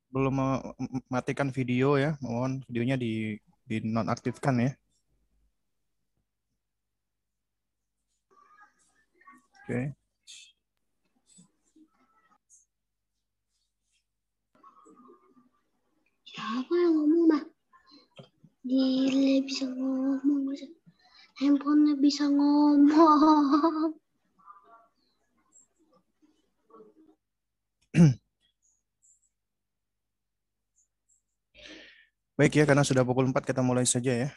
belum mematikan video ya, mohon videonya di nonaktifkan ya. Oke. Siapa yang ngomong, Mbak? Gile bisa ngomong. Handphonenya bisa ngomong. Baik ya, karena sudah pukul 4 kita mulai saja ya.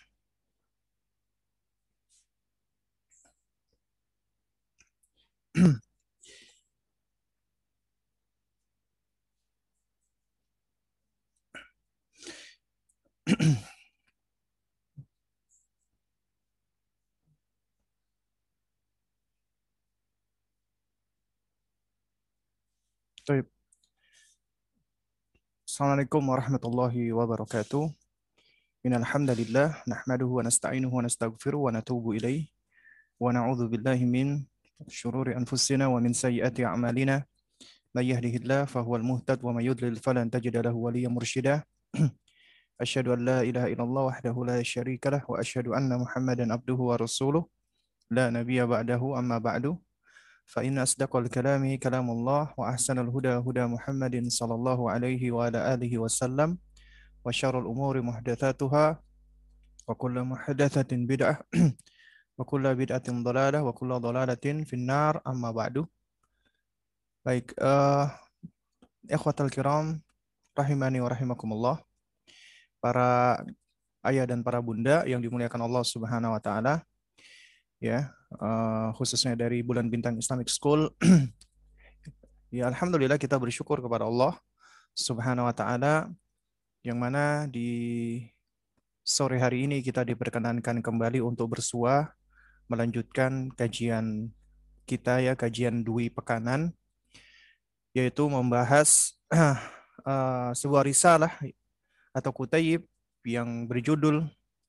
Baik. Assalamualaikum warahmatullahi wabarakatuh. Innal hamdalillah nahmaduhu wa nasta'inuhu wa nastaghfiruh wa natubu ilaih wa na'udzu billahi min syururi anfusina wa min sayyiati a'malina. May yahdihillahu fahuwal muhtad wa may yudlil falan tajida lahu waliyyan mursyida. Asyhadu an la ilaha illallah wahdahu la syarika lah wa asyhadu anna Muhammadan abduhu wa rasuluh la nabiyya ba'dahu amma ba'du. Fa inna asdaqal kalami kalamullah wa ahsanal huda huda Muhammadin sallallahu alaihi wa ala alihi wasallam wa syarrul umuri muhdatsatuha wa kullu muhdatsatin bid'ah wa kullu bid'atin dhalalah wa kullu dhalalatin finnar amma ba'du. Baik, ikhwatal kiram rahimani wa rahimakumullah, para ayah dan para bunda yang dimuliakan Allah Subhanahu wa taala ya, khususnya dari Bulan Bintang Islamic School. Ya, alhamdulillah kita bersyukur kepada Allah Subhanahu wa taala yang mana di sore hari ini kita diperkenankan kembali untuk bersua melanjutkan kajian kita ya, kajian Dwi Pekanan, yaitu membahas sebuah risalah atau kutayib yang berjudul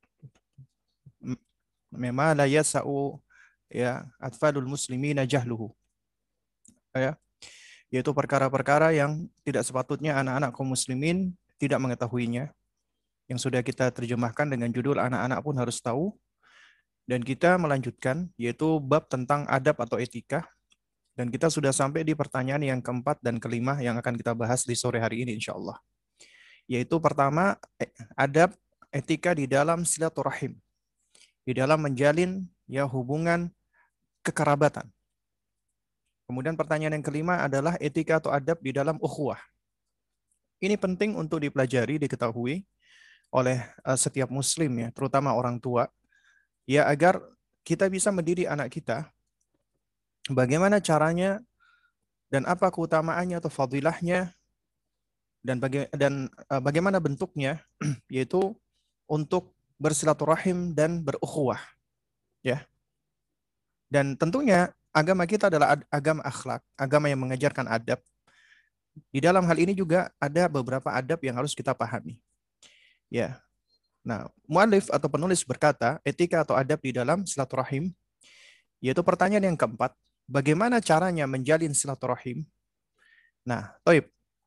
Mema la yasa'u ya atfalul muslimina jahluhu, ya, yaitu perkara-perkara yang tidak sepatutnya anak-anak kaum muslimin tidak mengetahuinya, yang sudah kita terjemahkan dengan judul anak-anak pun harus tahu. Dan kita melanjutkan yaitu bab tentang adab atau etika, dan kita sudah sampai di pertanyaan yang keempat dan kelima yang akan kita bahas di sore hari ini insya Allah. Yaitu pertama, adab etika di dalam silaturahim, di dalam menjalin ya hubungan kekerabatan. Kemudian pertanyaan yang kelima adalah etika atau adab di dalam ukhuwah. Ini penting untuk dipelajari, diketahui oleh setiap muslim ya, terutama orang tua, ya, agar kita bisa mendidik anak kita bagaimana caranya dan apa keutamaannya atau fadilahnya dan bagaimana bentuknya yaitu untuk bersilaturahim dan berukhuwah ya. Dan tentunya agama kita adalah agama akhlak, agama yang mengajarkan adab. Di dalam hal ini juga ada beberapa adab yang harus kita pahami. Ya. Nah, muallif atau penulis berkata, etika atau adab di dalam silaturahim, yaitu pertanyaan yang keempat, bagaimana caranya menjalin silaturahim? Nah, Toib,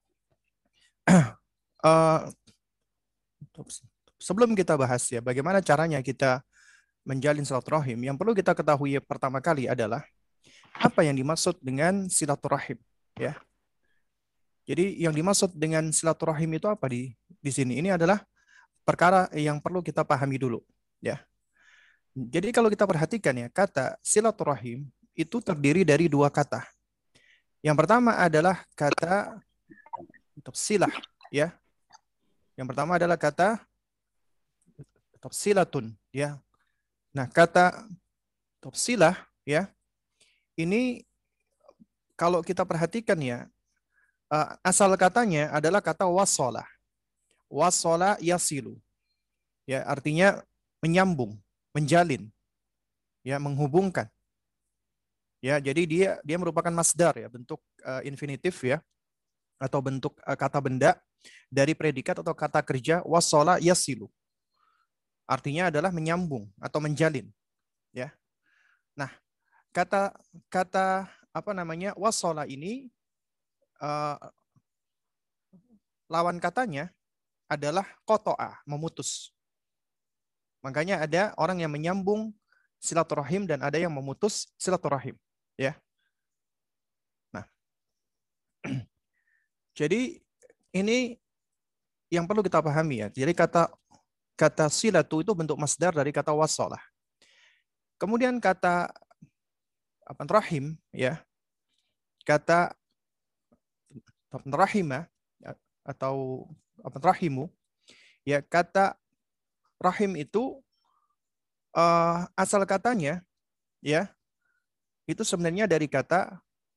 sebelum kita bahas ya bagaimana caranya kita menjalin silaturahim, yang perlu kita ketahui pertama kali adalah apa yang dimaksud dengan silaturahim, ya. Jadi yang dimaksud dengan silaturahim itu apa di sini? Ini adalah perkara yang perlu kita pahami dulu, ya. Jadi kalau kita perhatikan ya, kata silaturahim itu terdiri dari dua kata. Yang pertama adalah kata silah, ya. Yang pertama adalah kata silatun, ya. Nah, kata silah, ya, ini kalau kita perhatikan ya, asal katanya adalah kata wasola. Wasola yasilu. Ya, artinya menyambung, menjalin, ya, menghubungkan. Ya, jadi dia merupakan masdar ya, bentuk infinitif ya, atau bentuk kata benda dari predikat atau kata kerja wasola yasilu. Artinya adalah menyambung atau menjalin, ya. Nah, kata kata apa namanya wasola ini lawan katanya adalah qata'a, memutus. Makanya ada orang yang menyambung silaturahim dan ada yang memutus silaturahim, ya. Nah, jadi ini yang perlu kita pahami ya. Jadi kata silatu itu bentuk masdar dari kata wasalah. Kemudian kata rahim, ya, kata rahimah atau rahimu, ya, kata rahim itu asal katanya, ya, itu sebenarnya dari kata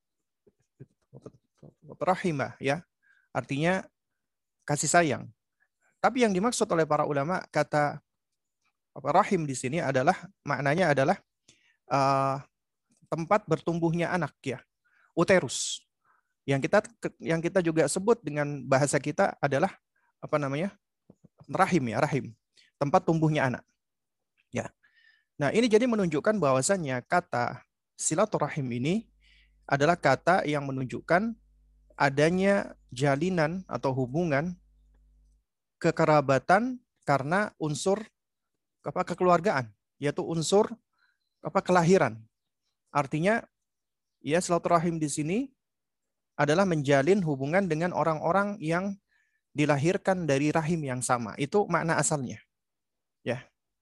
rahimah, ya, artinya kasih sayang. Tapi yang dimaksud oleh para ulama kata rahim di sini adalah maknanya adalah tempat bertumbuhnya anak, ya, uterus. Yang kita juga sebut dengan bahasa kita adalah apa namanya? Rahim, ya, rahim. Tempat tumbuhnya anak. Ya. Nah, ini jadi menunjukkan bahwasannya kata silaturahim ini adalah kata yang menunjukkan adanya jalinan atau hubungan kekerabatan karena unsur kekeluargaan, yaitu unsur kelahiran. Artinya, ya, silaturahim di sini adalah menjalin hubungan dengan orang-orang yang dilahirkan dari rahim yang sama. Itu makna asalnya. Ya.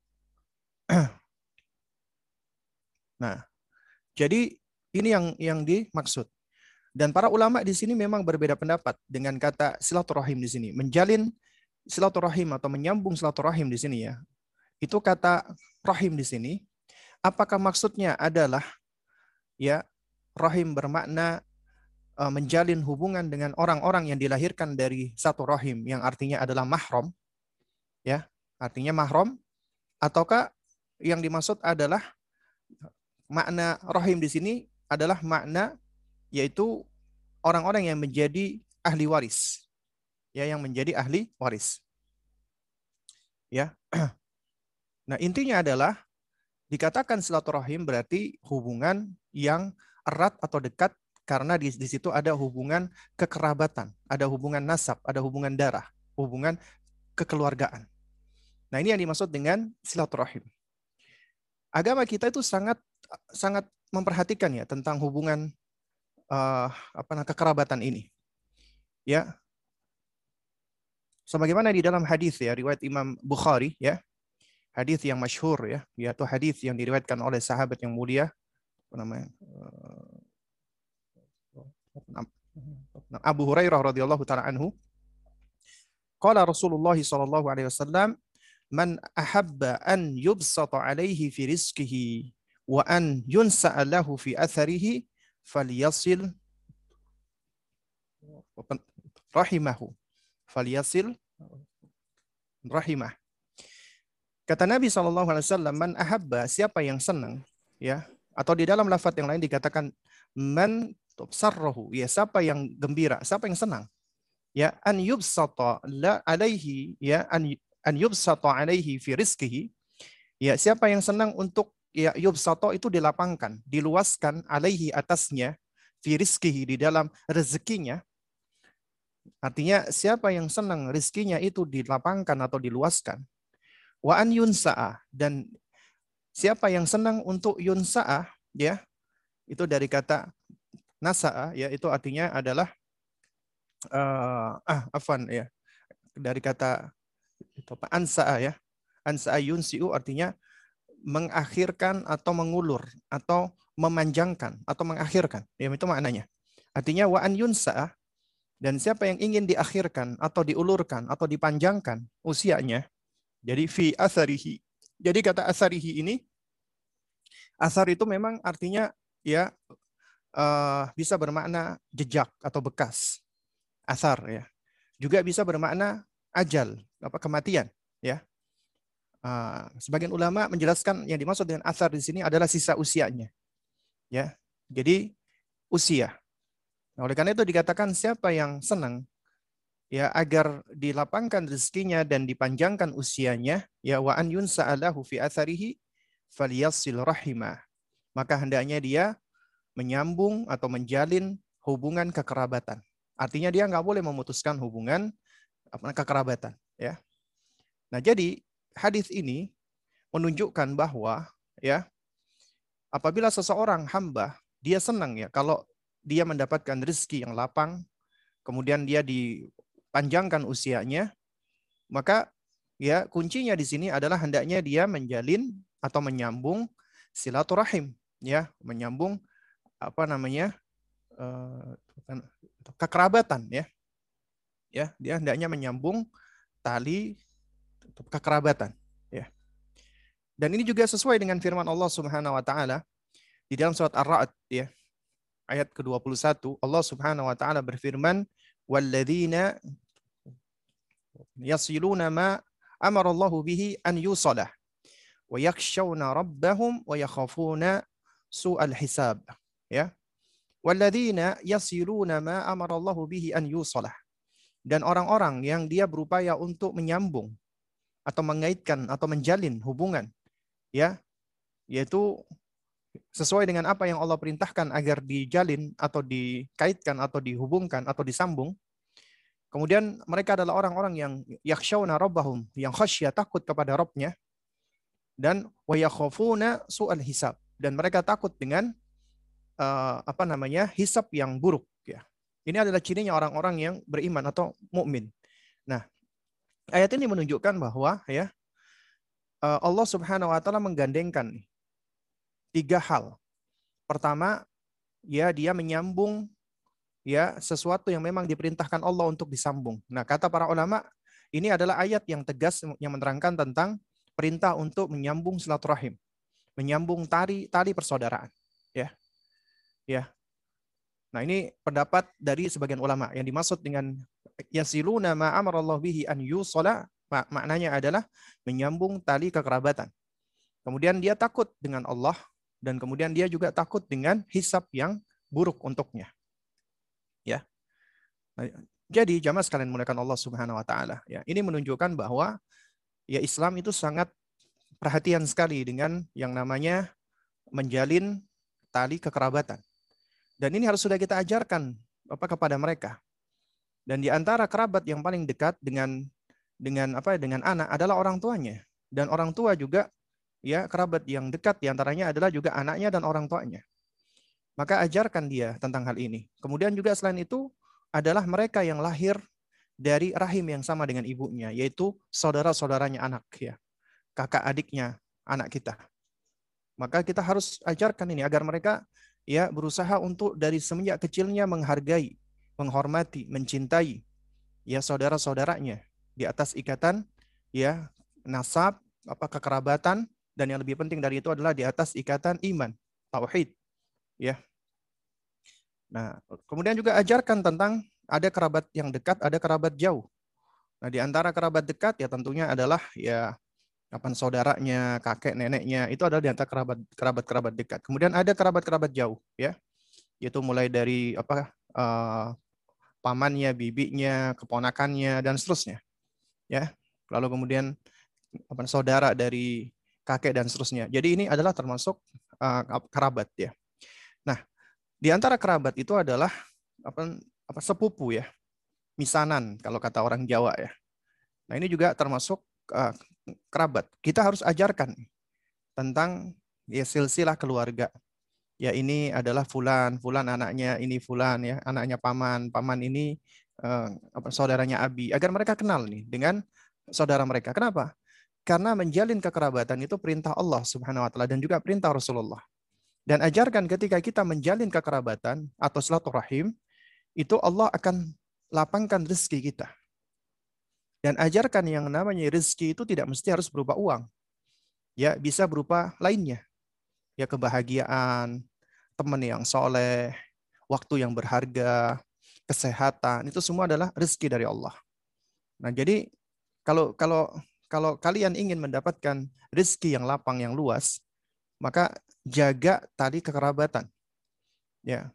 Nah, jadi ini yang dimaksud. Dan para ulama di sini memang berbeda pendapat dengan kata silaturahim di sini. Menjalin silaturahim atau menyambung silaturahim di sini, ya. Itu kata rahim di sini. Apakah maksudnya adalah, ya, rahim bermakna menjalin hubungan dengan orang-orang yang dilahirkan dari satu rahim yang artinya adalah mahram, ya, artinya mahram, ataukah yang dimaksud adalah makna rahim di sini adalah makna yaitu orang-orang yang menjadi ahli waris, ya, yang menjadi ahli waris, ya. Nah, intinya adalah dikatakan silaturahim berarti hubungan yang erat atau dekat karena di situ ada hubungan kekerabatan, ada hubungan nasab, ada hubungan darah, hubungan kekeluargaan. Nah, ini yang dimaksud dengan silaturahim. Agama kita itu sangat memperhatikan, ya, tentang hubungan kekerabatan ini. Ya. Sebagaimana di dalam hadis, ya, riwayat Imam Bukhari, ya. Hadis yang masyhur, ya, yaitu hadis yang diriwayatkan oleh sahabat yang mulia Abu Hurairah radhiyallahu taala anhu. Qala Rasulullah sallallahu alaihi wasallam, "Man ahabba an yubsata alaihi fi rizqihi wa an yunsa'a lahu fi atharihi falyasil rahimahu." Falyasil rahimah. Kata Nabi SAW, man ahabba, siapa yang senang, ya, atau di dalam lafaz yang lain dikatakan man sarrahu, ya, siapa yang gembira, siapa yang senang, ya, an yubsata la alaihi, ya, an yubsata alaihi fi rizqihi, ya, siapa yang senang untuk, ya, yubsata itu dilapangkan, diluaskan, alaihi atasnya, fi rizqihi di dalam rezekinya. Artinya siapa yang senang rezekinya itu dilapangkan atau diluaskan. Wa an yunsa'a, dan siapa yang senang untuk yunsa'a, ya, itu dari kata nasa'a, ya, itu artinya adalah ya, dari kata ansa'a, ya, ansa'a yunsi'u artinya mengakhirkan atau mengulur atau memanjangkan atau mengakhirkan, ya, itu maknanya. Artinya wa an yunsa'a, dan siapa yang ingin diakhirkan atau diulurkan atau dipanjangkan usianya. Jadi fi atharihi. Jadi kata atharihi ini, athar itu memang artinya, ya, bisa bermakna jejak atau bekas. Athar, ya. Juga bisa bermakna ajal, kematian, ya. Sebagian ulama menjelaskan yang dimaksud dengan athar di sini adalah sisa usianya. Ya. Jadi usia. Nah, oleh karena itu dikatakan siapa yang senang, ya, agar dilapangkan rezekinya dan dipanjangkan usianya, ya, wa an yunsa'alahu fi atharihi falyasil rahimah, maka hendaknya dia menyambung atau menjalin hubungan kekerabatan. Artinya dia nggak boleh memutuskan hubungan kekerabatan, ya. Nah, jadi hadis ini menunjukkan bahwa ya apabila seseorang hamba dia senang ya kalau dia mendapatkan rezeki yang lapang, kemudian dia dipanjangkan usianya, maka ya kuncinya di sini adalah hendaknya dia menjalin atau menyambung silaturahim, ya, menyambung apa namanya kekerabatan, ya. Ya, dia hendaknya menyambung tali kekerabatan, ya. Dan ini juga sesuai dengan firman Allah Subhanahu wa taala di dalam surat Ar-Ra'd, ya. Ayat ke-21, Allah Subhanahu wa taala berfirman, "Walladzina yasiluna ma amara Allahu bihi an yusalah wa yakhshawna rabbahum wa yakhafuna su'al hisab." Ya. Walladzina yasiluna ma amara Allahu bihi an yusalah. Dan orang-orang yang dia berupaya untuk menyambung atau mengaitkan atau menjalin hubungan, ya, yaitu sesuai dengan apa yang Allah perintahkan agar dijalin atau dikaitkan atau dihubungkan atau disambung. Kemudian mereka adalah orang-orang yang yakhshawna rabbahum, yang khasyah, takut kepada Rabbnya, dan wa yakhafuna su'al hisab, dan mereka takut dengan hisab yang buruk, ya. Ini adalah cirinya orang-orang yang beriman atau mukmin. Nah, ayat ini menunjukkan bahwa ya Allah Subhanahu wa taala menggandengkan 3 hal. Pertama, ya dia menyambung ya sesuatu yang memang diperintahkan Allah untuk disambung. Nah, kata para ulama, ini adalah ayat yang tegas yang menerangkan tentang perintah untuk menyambung silaturahim, menyambung tali persaudaraan, ya. Ya. Nah, ini pendapat dari sebagian ulama. Yang dimaksud dengan yasiluna ma amarallahu bihi an yusala, maknanya adalah menyambung tali kekerabatan. Kemudian dia takut dengan Allah, dan kemudian dia juga takut dengan hisab yang buruk untuknya. Ya. Nah, jadi jamaah sekalian muliakan Allah Subhanahu wa taala, ya. Ini menunjukkan bahwa ya Islam itu sangat perhatian sekali dengan yang namanya menjalin tali kekerabatan. Dan ini harus sudah kita ajarkan kepada mereka. Dan di antara kerabat yang paling dekat dengan anak adalah orang tuanya. Dan orang tua juga ya kerabat yang dekat di antaranya adalah juga anaknya dan orang tuanya. Maka ajarkan dia tentang hal ini. Kemudian juga selain itu adalah mereka yang lahir dari rahim yang sama dengan ibunya, yaitu saudara-saudaranya anak, ya. Kakak adiknya anak kita. Maka kita harus ajarkan ini agar mereka ya berusaha untuk dari semenjak kecilnya menghargai, menghormati, mencintai ya saudara-saudaranya di atas ikatan ya nasab, kekerabatan, dan yang lebih penting dari itu adalah di atas ikatan iman, tauhid, ya. Nah, kemudian juga ajarkan tentang ada kerabat yang dekat, ada kerabat jauh. Nah, di antara kerabat dekat ya tentunya adalah ya saudaranya, kakek, neneknya, itu adalah di antara kerabat dekat. Kemudian ada kerabat-kerabat jauh, ya, yaitu mulai dari pamannya, bibinya, keponakannya, dan seterusnya, ya. Lalu kemudian saudara dari kakek dan seterusnya. Jadi ini adalah termasuk kerabat, ya. Nah, di antara kerabat itu adalah sepupu, ya, misanan kalau kata orang Jawa, ya. Nah, ini juga termasuk kerabat. Kita harus ajarkan tentang ya silsilah keluarga. Ya ini adalah fulan anaknya ini fulan, ya, anaknya paman ini saudaranya Abi, agar mereka kenal nih dengan saudara mereka. Kenapa? Karena menjalin kekerabatan itu perintah Allah Subhanahu wa taala dan juga perintah Rasulullah. Dan ajarkan ketika kita menjalin kekerabatan atau silaturahim, itu Allah akan lapangkan rezeki kita. Dan ajarkan yang namanya rezeki itu tidak mesti harus berupa uang. Ya, bisa berupa lainnya. Ya, kebahagiaan, teman yang soleh, waktu yang berharga, kesehatan, itu semua adalah rezeki dari Allah. Nah, jadi kalau kalian ingin mendapatkan rezeki yang lapang, yang luas, maka jaga tali kekerabatan. Ya.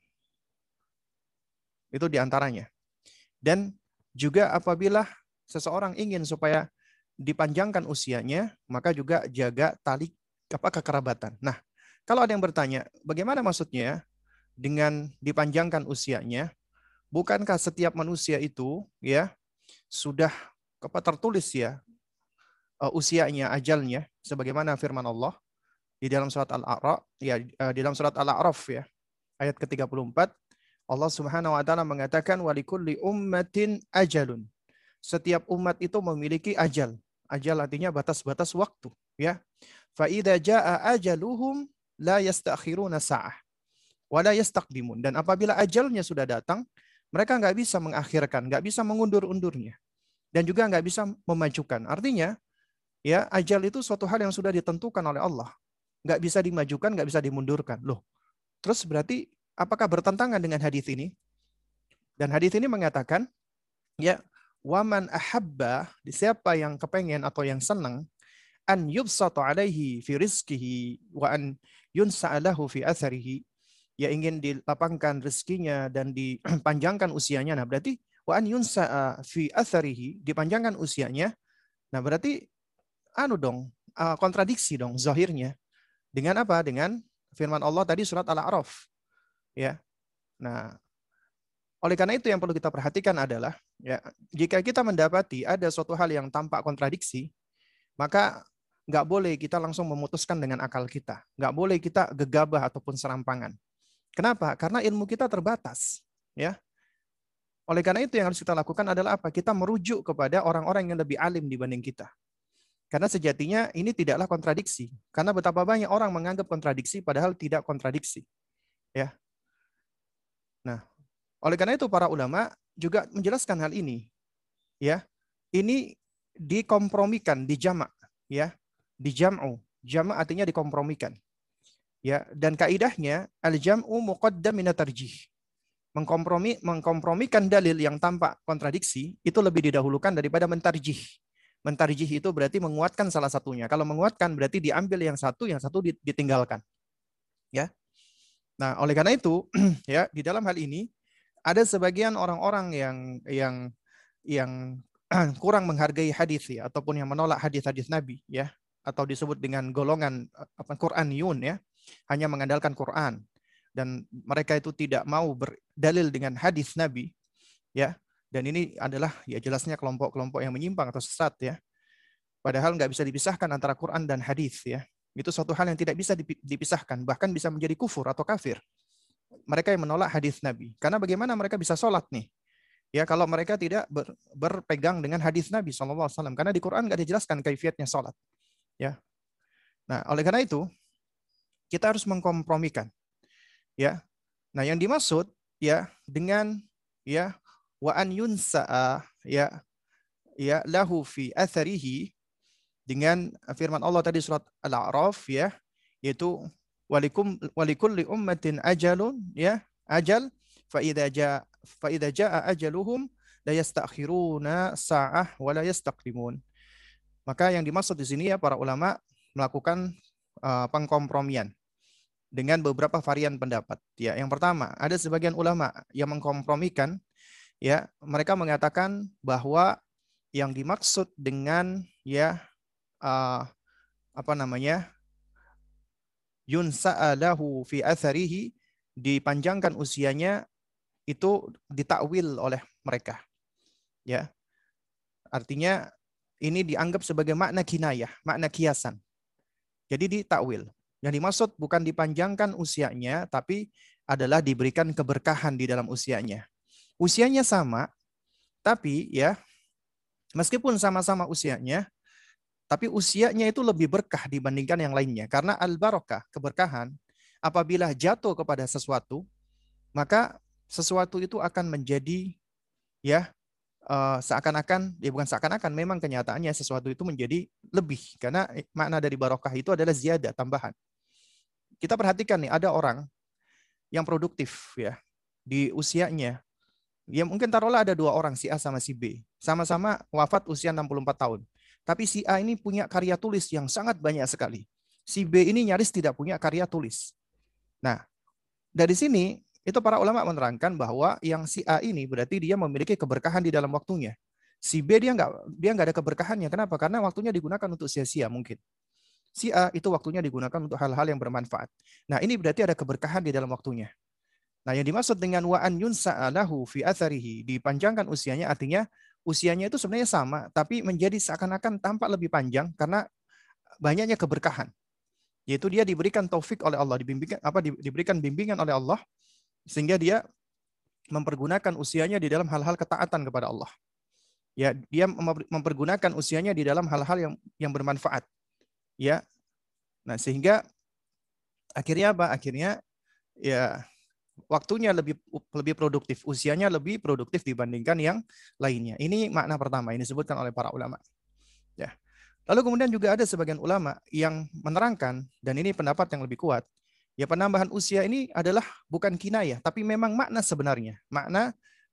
Itu diantaranya. Dan juga apabila seseorang ingin supaya dipanjangkan usianya, maka juga jaga tali kekerabatan. Nah, kalau ada yang bertanya, bagaimana maksudnya dengan dipanjangkan usianya? Bukankah setiap manusia itu ya sudah tertulis ya usianya, ajalnya, sebagaimana firman Allah di dalam surat Al-A'raf, ya di dalam surat Al-A'raf ya, ayat ke-34, Allah Subhanahu wa taala mengatakan walikulli ummatin ajalun. Setiap umat itu memiliki ajal. Ajal artinya batas-batas waktu, ya. Fa idza jaa ajaluhum la yastakhiruna sa'ah wa la yastaqdimun. Dan apabila ajalnya sudah datang, mereka nggak bisa mengakhirkan, nggak bisa mengundur-undurnya, dan juga nggak bisa memajukan. Artinya, ya ajal itu suatu hal yang sudah ditentukan oleh Allah, nggak bisa dimajukan, nggak bisa dimundurkan. Loh, terus berarti apakah bertentangan dengan hadis ini? Dan hadis ini mengatakan, ya, waman ahabba, siapa yang kepengen atau yang senang, an yubsata alaihi fi rizkihi wa an yunsa'alahu fi atharihi, ya ingin dilapangkan rezekinya dan dipanjangkan usianya. Nah, berarti wa an yunsa'a fi atharihi, dipanjangkan usianya. Nah, berarti kontradiksi dong zahirnya. Dengan apa? Dengan firman Allah tadi surat Al-A'raf. Ya. Nah, oleh karena itu yang perlu kita perhatikan adalah, ya, jika kita mendapati ada suatu hal yang tampak kontradiksi, maka nggak boleh kita langsung memutuskan dengan akal kita. Nggak boleh kita gegabah ataupun serampangan. Kenapa? Karena ilmu kita terbatas. Ya. Oleh karena itu yang harus kita lakukan adalah apa? Kita merujuk kepada orang-orang yang lebih alim dibanding kita. Karena sejatinya ini tidaklah kontradiksi. Karena betapa banyak orang menganggap kontradiksi padahal tidak kontradiksi. Ya. Nah, oleh karena itu para ulama juga menjelaskan hal ini. Ya. Ini dikompromikan, dijamak, ya. Dijam'u. Jama' artinya dikompromikan. Ya, dan kaidahnya al-jam'u muqaddam min tarjih. Mengkompromikan dalil yang tampak kontradiksi itu lebih didahulukan daripada mentarjih. Mentarjih itu berarti menguatkan salah satunya. Kalau menguatkan berarti diambil yang satu ditinggalkan. Ya. Nah, oleh karena itu, ya, di dalam hal ini ada sebagian orang-orang yang kurang menghargai hadis, ya, ataupun yang menolak hadis-hadis Nabi, ya, atau disebut dengan golongan Qur'aniyun, ya, hanya mengandalkan Quran, dan mereka itu tidak mau berdalil dengan hadis Nabi, ya. Dan ini adalah ya jelasnya kelompok-kelompok yang menyimpang atau sesat, ya. Padahal nggak bisa dipisahkan antara Quran dan hadis, ya. Itu suatu hal yang tidak bisa dipisahkan, bahkan bisa menjadi kufur atau kafir. Mereka yang menolak hadis Nabi. Karena bagaimana mereka bisa sholat nih? Ya, kalau mereka tidak berpegang dengan hadis Nabi SAW. Karena di Quran nggak dijelaskan kaifiatnya sholat. Ya. Nah, oleh karena itu, kita harus mengkompromikan. Ya. Nah, yang dimaksud, ya, dengan, ya, wa an yunsa'a, ya lahu fi atharihi, dengan firman Allah tadi surat Al-A'raf, ya, yaitu walikulli ummatin ajalun, ya, ajal, fa idza jaa ajaluhum la yastakhiruna sa'ah wa la yastaqdimun. Maka yang dimaksud di sini, ya, para ulama melakukan pengkompromian dengan beberapa varian pendapat. Ya, yang pertama, ada sebagian ulama yang mengkompromikan, ya, mereka mengatakan bahwa yang dimaksud dengan, ya, yunsa'alahu fi atharihi, dipanjangkan usianya, itu ditakwil oleh mereka. Ya. Artinya ini dianggap sebagai makna kinayah, makna kiasan. Jadi ditakwil. Yang dimaksud bukan dipanjangkan usianya, tapi adalah diberikan keberkahan di dalam usianya. Usianya sama, tapi, ya, meskipun sama-sama usianya, tapi usianya itu lebih berkah dibandingkan yang lainnya. Karena al-barakah, keberkahan, apabila jatuh kepada sesuatu, maka sesuatu itu akan menjadi, ya, seakan-akan, ya bukan seakan-akan, memang kenyataannya sesuatu itu menjadi lebih. Karena makna dari barokah itu adalah ziyadah, tambahan. Kita perhatikan nih, ada orang yang produktif, ya, di usianya. Ya mungkin taruhlah ada dua orang, si A sama si B. Sama-sama wafat usia 64 tahun. Tapi si A ini punya karya tulis yang sangat banyak sekali. Si B ini nyaris tidak punya karya tulis. Nah, dari sini itu para ulama menerangkan bahwa yang si A ini berarti dia memiliki keberkahan di dalam waktunya. Si B dia nggak ada keberkahannya. Kenapa? Karena waktunya digunakan untuk sia-sia mungkin. Si A itu waktunya digunakan untuk hal-hal yang bermanfaat. Nah, ini berarti ada keberkahan di dalam waktunya. Nah, yang dimaksud dengan wa an yunsa'alahu fi atharihi, dipanjangkan usianya, artinya usianya itu sebenarnya sama, tapi menjadi seakan-akan tampak lebih panjang karena banyaknya keberkahan. Yaitu dia diberikan taufik oleh Allah, diberikan bimbingan oleh Allah, sehingga dia mempergunakan usianya di dalam hal-hal ketaatan kepada Allah. Ya, dia mempergunakan usianya di dalam hal-hal yang bermanfaat. Ya. Nah, sehingga akhirnya apa? Akhirnya ya waktunya lebih produktif, usianya lebih produktif dibandingkan yang lainnya. Ini makna pertama yang disebutkan oleh para ulama. Ya. Lalu kemudian juga ada sebagian ulama yang menerangkan, dan ini pendapat yang lebih kuat, ya penambahan usia ini adalah bukan kinayah, tapi memang makna sebenarnya, makna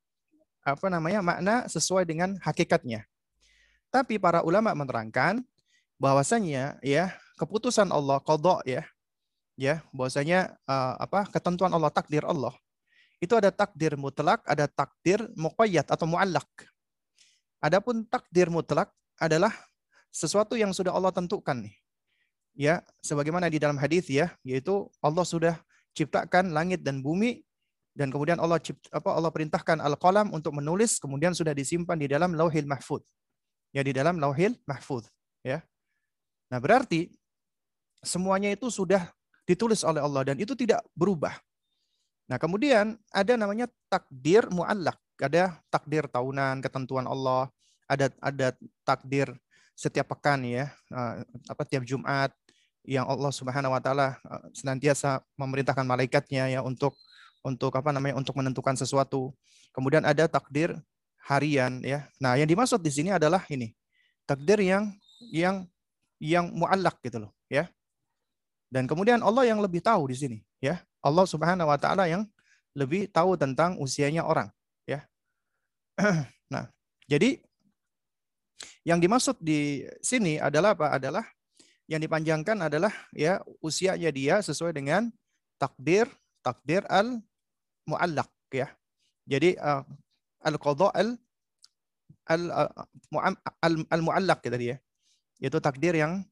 makna sesuai dengan hakikatnya. Tapi para ulama menerangkan bahwasanya ya keputusan Allah qadha ya bahwasanya ketentuan Allah, takdir Allah itu ada takdir mutlak, ada takdir muqayyad atau muallak. Adapun takdir mutlak adalah sesuatu yang sudah Allah tentukan nih. Ya, sebagaimana di dalam hadis ya, yaitu Allah sudah ciptakan langit dan bumi, dan kemudian Allah perintahkan al-qalam untuk menulis, kemudian sudah disimpan di dalam Lauhil Mahfuz. Ya, di dalam Lauhil Mahfuz, ya. Nah, berarti semuanya itu sudah ditulis oleh Allah dan itu tidak berubah. Nah, kemudian ada namanya takdir muallak, ada takdir tahunan, ketentuan Allah, ada takdir setiap pekan ya, tiap Jumat yang Allah Subhanahu wa taala senantiasa memerintahkan malaikatnya ya untuk menentukan sesuatu. Kemudian ada takdir harian ya. Nah, yang dimaksud di sini adalah ini. Takdir yang muallak gitu loh, ya. Dan kemudian Allah yang lebih tahu di sini, ya. Allah Subhanahu wa taala yang lebih tahu tentang usianya orang, ya. Nah, jadi yang dimaksud di sini adalah apa? Adalah yang dipanjangkan adalah ya usianya dia sesuai dengan takdir al-muallaq ya. Jadi al-qadha al-muallaq ya tadi ya. Yaitu takdir yang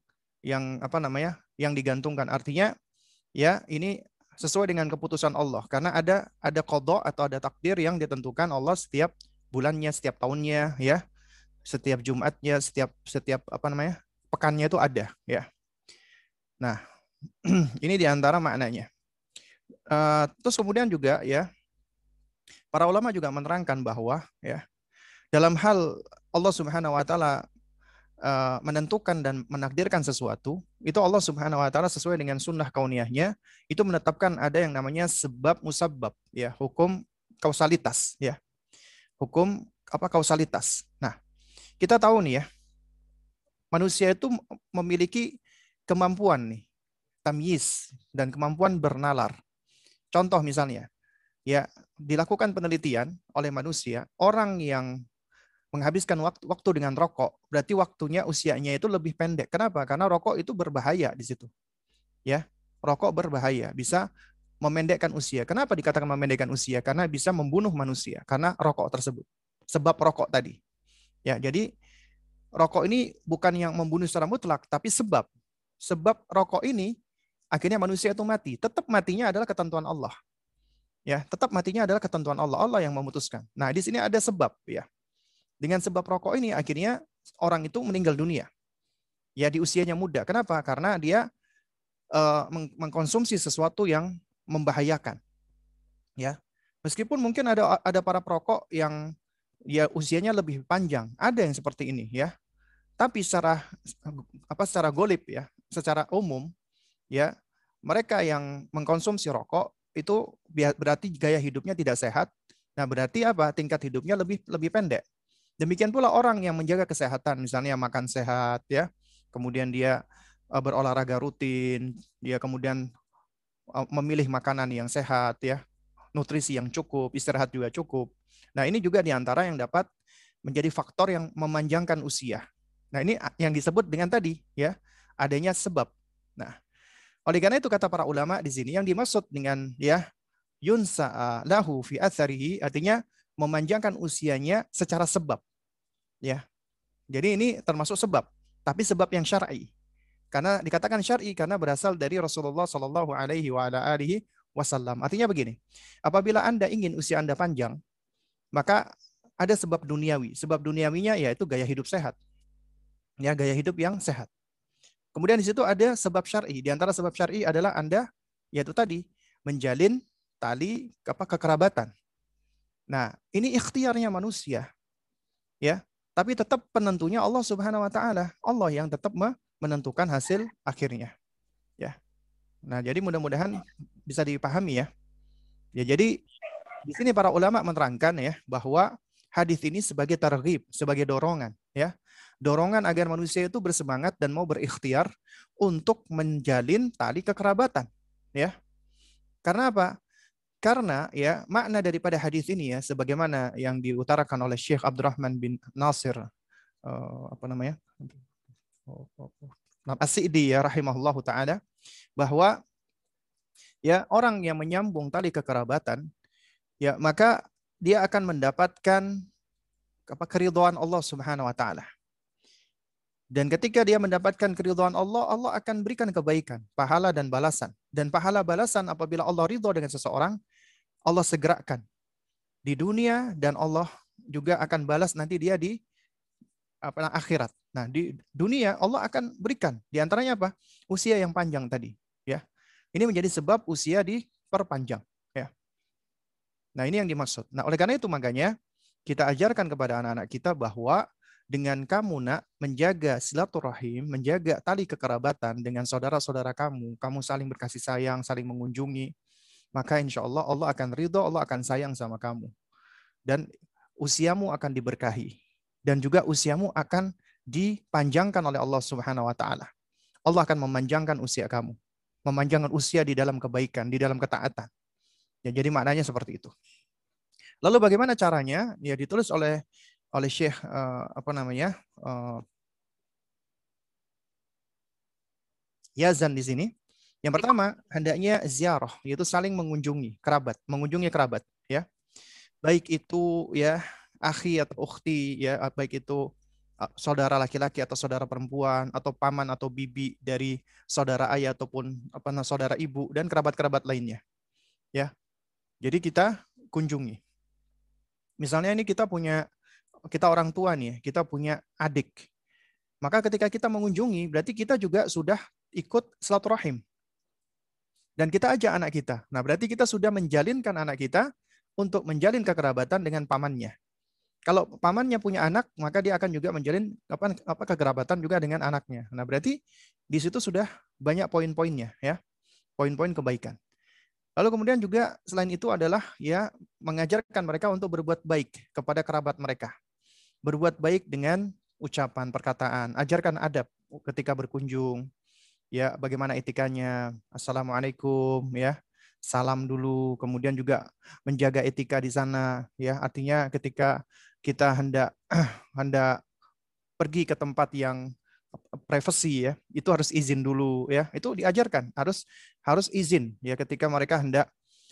yang digantungkan. Artinya ya ini sesuai dengan keputusan Allah karena ada qadha atau ada takdir yang ditentukan Allah setiap bulannya, setiap tahunnya ya. Setiap Jumatnya, setiap pekannya itu ada ya. Nah, ini diantara maknanya. Terus kemudian juga ya, para ulama juga menerangkan bahwa ya dalam hal Allah Subhanahu Wa Taala menentukan dan menakdirkan sesuatu, itu Allah Subhanahu Wa Taala sesuai dengan sunnah kauniyahnya itu menetapkan ada yang namanya sebab musabbab ya, hukum kausalitas ya, hukum kausalitas. Nah, kita tahu nih ya, manusia itu memiliki kemampuan nih, tamyiz dan kemampuan bernalar. Contoh misalnya, ya dilakukan penelitian oleh manusia, orang yang menghabiskan waktu dengan rokok, berarti waktunya usianya itu lebih pendek. Kenapa? Karena rokok itu berbahaya di situ. Ya, rokok berbahaya, bisa memendekkan usia. Kenapa dikatakan memendekkan usia? Karena bisa membunuh manusia karena rokok tersebut. Sebab rokok tadi. Ya, jadi rokok ini bukan yang membunuh secara mutlak, tapi sebab rokok ini akhirnya manusia itu mati. Tetap matinya adalah ketentuan Allah. Ya, tetap matinya adalah ketentuan Allah. Allah yang memutuskan. Nah, di sini ada sebab ya. Dengan sebab rokok ini akhirnya orang itu meninggal dunia. Ya, di usianya muda. Kenapa? Karena dia mengkonsumsi sesuatu yang membahayakan. Ya. Meskipun mungkin ada para perokok yang ya usianya lebih panjang, ada yang seperti ini ya. Tapi secara golib ya, secara umum ya, mereka yang mengkonsumsi rokok itu berarti gaya hidupnya tidak sehat. Nah, berarti apa? Tingkat hidupnya lebih pendek. Demikian pula orang yang menjaga kesehatan, misalnya makan sehat ya, kemudian dia berolahraga rutin, dia kemudian memilih makanan yang sehat ya, nutrisi yang cukup, istirahat juga cukup. Nah, ini juga diantara yang dapat menjadi faktor yang memanjangkan usia. Nah, ini yang disebut dengan tadi ya, adanya sebab. Nah, oleh karena itu kata para ulama di sini yang dimaksud dengan ya yunsa lahu fi atharihi artinya memanjangkan usianya secara sebab. Ya. Jadi ini termasuk sebab, tapi sebab yang syar'i. Karena dikatakan syar'i karena berasal dari Rasulullah Shallallahu alaihi wasallam. Artinya begini, apabila Anda ingin usia Anda panjang, maka ada sebab duniawi. Sebab duniawinya yaitu gaya hidup sehat. Ya, gaya hidup yang sehat. Kemudian di situ ada sebab syar'i. Di antara sebab syar'i adalah Anda yaitu tadi menjalin tali kekerabatan. Nah, ini ikhtiarnya manusia, ya. Tapi tetap penentunya Allah Subhanahu wa taala. Allah yang tetap menentukan hasil akhirnya, ya. Nah, jadi mudah-mudahan bisa dipahami ya. Ya, jadi di sini para ulama menerangkan ya bahwa hadis ini sebagai targhib, sebagai dorongan ya. Dorongan agar manusia itu bersemangat dan mau berikhtiar untuk menjalin tali kekerabatan, ya. Karena apa? Karena ya makna daripada hadis ini ya sebagaimana yang diutarakan oleh Syekh Abdurrahman bin Nasir apa namanya? As-Sa'di ya rahimahullahu taala bahwa ya orang yang menyambung tali kekerabatan ya maka dia akan mendapatkan keridhaan Allah Subhanahu wa taala. Dan ketika dia mendapatkan keridhaan Allah, Allah akan berikan kebaikan, pahala dan balasan. Dan pahala balasan apabila Allah ridho dengan seseorang, Allah segerakan di dunia dan Allah juga akan balas nanti dia di akhirat. Nah, di dunia Allah akan berikan. Di antaranya apa? Usia yang panjang tadi, ya. Ini menjadi sebab usia diperpanjang, ya. Nah, ini yang dimaksud. Nah, oleh karena itu makanya kita ajarkan kepada anak-anak kita bahwa dengan kamu nak menjaga silaturahim, menjaga tali kekerabatan dengan saudara-saudara kamu, kamu saling berkasih sayang, saling mengunjungi, maka insya Allah Allah akan ridho, Allah akan sayang sama kamu. Dan usiamu akan diberkahi. Dan juga usiamu akan dipanjangkan oleh Allah Subhanahu wa taala. Allah akan memanjangkan usia kamu. Memanjangkan usia di dalam kebaikan, di dalam ketaatan. Ya, jadi maknanya seperti itu. Lalu bagaimana caranya? Ya ditulis oleh Syekh Yazan di sini. Yang pertama, hendaknya ziarah, yaitu saling mengunjungi kerabat, ya. Baik itu ya akhi atau ukhti, ya, baik itu saudara laki-laki atau saudara perempuan atau paman atau bibi dari saudara ayah ataupun saudara ibu dan kerabat-kerabat lainnya. Ya. Jadi kita kunjungi. Misalnya ini kita orang tua nih, kita punya adik. Maka ketika kita mengunjungi, berarti kita juga sudah ikut silaturahim. Dan kita ajak anak kita. Nah, berarti kita sudah menjalinkan anak kita untuk menjalin kekerabatan dengan pamannya. Kalau pamannya punya anak, maka dia akan juga menjalin kekerabatan juga dengan anaknya. Nah, berarti di situ sudah banyak poin-poinnya, ya. Poin-poin kebaikan. Lalu kemudian juga selain itu adalah ya mengajarkan mereka untuk berbuat baik kepada kerabat mereka. Berbuat baik dengan ucapan, perkataan, ajarkan adab ketika berkunjung. Ya, bagaimana etikanya? Assalamualaikum, ya. Salam dulu, kemudian juga menjaga etika di sana, ya. Artinya ketika kita hendak pergi ke tempat yang privacy, ya, itu harus izin dulu, ya. Itu diajarkan, harus izin, ya, ketika mereka hendak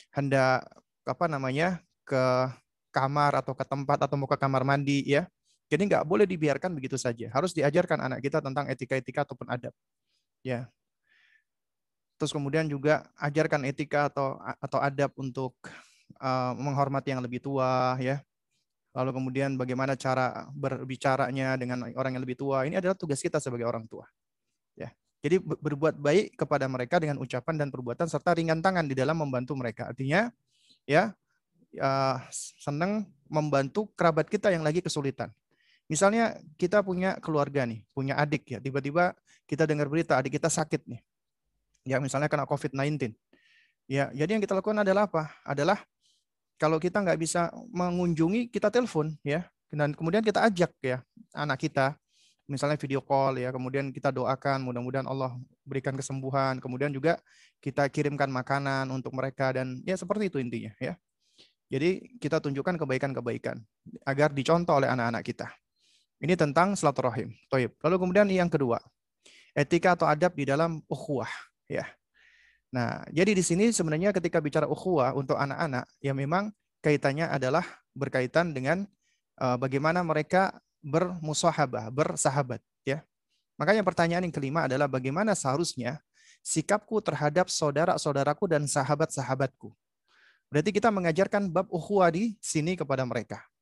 ke kamar atau ke tempat atau mau ke kamar mandi, ya. Jadi nggak boleh dibiarkan begitu saja. Harus diajarkan anak kita tentang etika-etika ataupun adab, ya. Terus kemudian juga ajarkan etika atau adab untuk menghormati yang lebih tua, ya. Lalu kemudian bagaimana cara berbicaranya dengan orang yang lebih tua. Ini adalah tugas kita sebagai orang tua, ya. Jadi berbuat baik kepada mereka dengan ucapan dan perbuatan serta ringan tangan di dalam membantu mereka. Artinya ya senang membantu kerabat kita yang lagi kesulitan. Misalnya kita punya keluarga nih, punya adik ya, tiba-tiba kita dengar berita adik kita sakit nih. Ya, misalnya kena COVID-19. Ya, jadi yang kita lakukan adalah apa? Adalah kalau kita nggak bisa mengunjungi, kita telepon, ya. Dan kemudian kita ajak ya anak kita, misalnya video call ya, kemudian kita doakan mudah-mudahan Allah berikan kesembuhan, kemudian juga kita kirimkan makanan untuk mereka dan ya seperti itu intinya ya. Jadi kita tunjukkan kebaikan-kebaikan agar dicontoh oleh anak-anak kita. Ini tentang silaturahim. Toib. Lalu kemudian yang kedua, etika atau adab di dalam ukhuwah. Ya. Nah, jadi di sini sebenarnya ketika bicara ukhuwah untuk anak-anak, ya memang kaitannya adalah berkaitan dengan bagaimana mereka bermusahabah, bersahabat. Ya. Makanya pertanyaan yang kelima adalah bagaimana seharusnya sikapku terhadap saudara-saudaraku dan sahabat-sahabatku. Berarti kita mengajarkan bab ukhuwah di sini kepada mereka.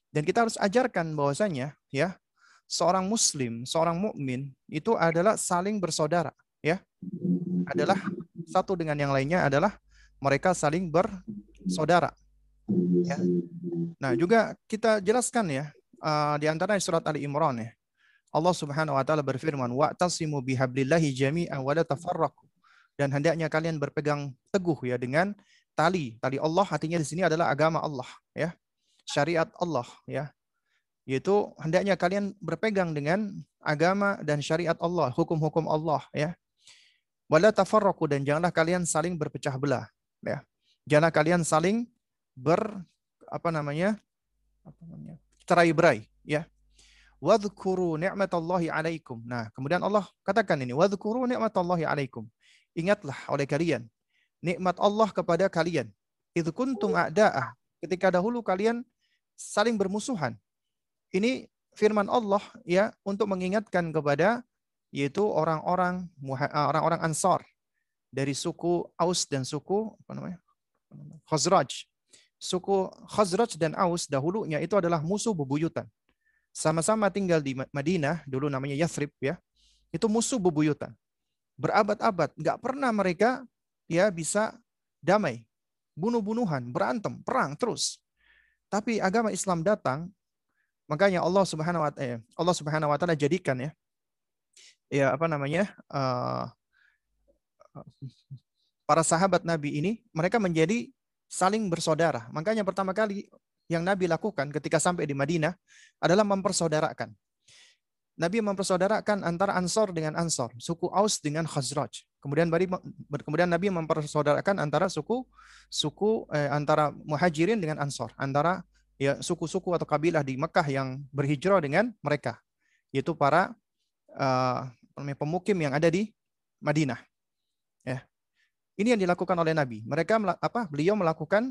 Dan kita harus ajarkan bahwasanya ya, seorang muslim, seorang mukmin itu adalah saling bersaudara, ya. Adalah satu dengan yang lainnya adalah mereka saling bersaudara, ya. Nah, juga kita jelaskan ya, di antara surat Ali Imran ya. Allah Subhanahu wa taala berfirman, "Wa'tasimu bihablillahi jami'an wa la tafarraqu." Dan hendaknya kalian berpegang teguh ya dengan tali. Tali Allah artinya di sini adalah agama Allah, ya. Syariat Allah, ya. Yaitu hendaknya kalian berpegang dengan agama dan syariat Allah, hukum-hukum Allah, ya. Wala tafarraqu, dan janganlah kalian saling berpecah belah, ya. Janganlah kalian saling apa namanya? Cerai-berai, ya. Wadhkuru ni'matallahi 'alaikum. Nah, kemudian Allah katakan ini, wadhkuru ni'matallahi 'alaikum. Ingatlah oleh kalian nikmat Allah kepada kalian. Idz kuntum a'da'ah. Ketika dahulu kalian saling bermusuhan. Ini firman Allah ya untuk mengingatkan kepada yaitu orang-orang Ansar dari suku Aus dan suku Khazraj. Suku Khazraj dan Aus dahulunya itu adalah musuh bebuyutan. Sama-sama tinggal di Madinah, dulu namanya Yathrib ya. Itu musuh bebuyutan. Berabad-abad nggak pernah mereka ya bisa damai. Bunuh-bunuhan, berantem, perang terus. Tapi agama Islam datang, makanya Allah Subhanahu wa taala jadikan ya apa namanya? Para sahabat Nabi ini mereka menjadi saling bersaudara. Makanya pertama kali yang Nabi lakukan ketika sampai di Madinah adalah mempersaudarakan. Nabi mempersaudarakan antara Ansor dengan Ansor, suku Aus dengan Khazraj. Kemudian Nabi mempersaudarakan antara antara Muhajirin dengan Ansor, antara ya suku-suku atau kabilah di Mekah yang berhijrah dengan mereka, yaitu para pemukim yang ada di Madinah. Ya. Ini yang dilakukan oleh Nabi. Beliau melakukan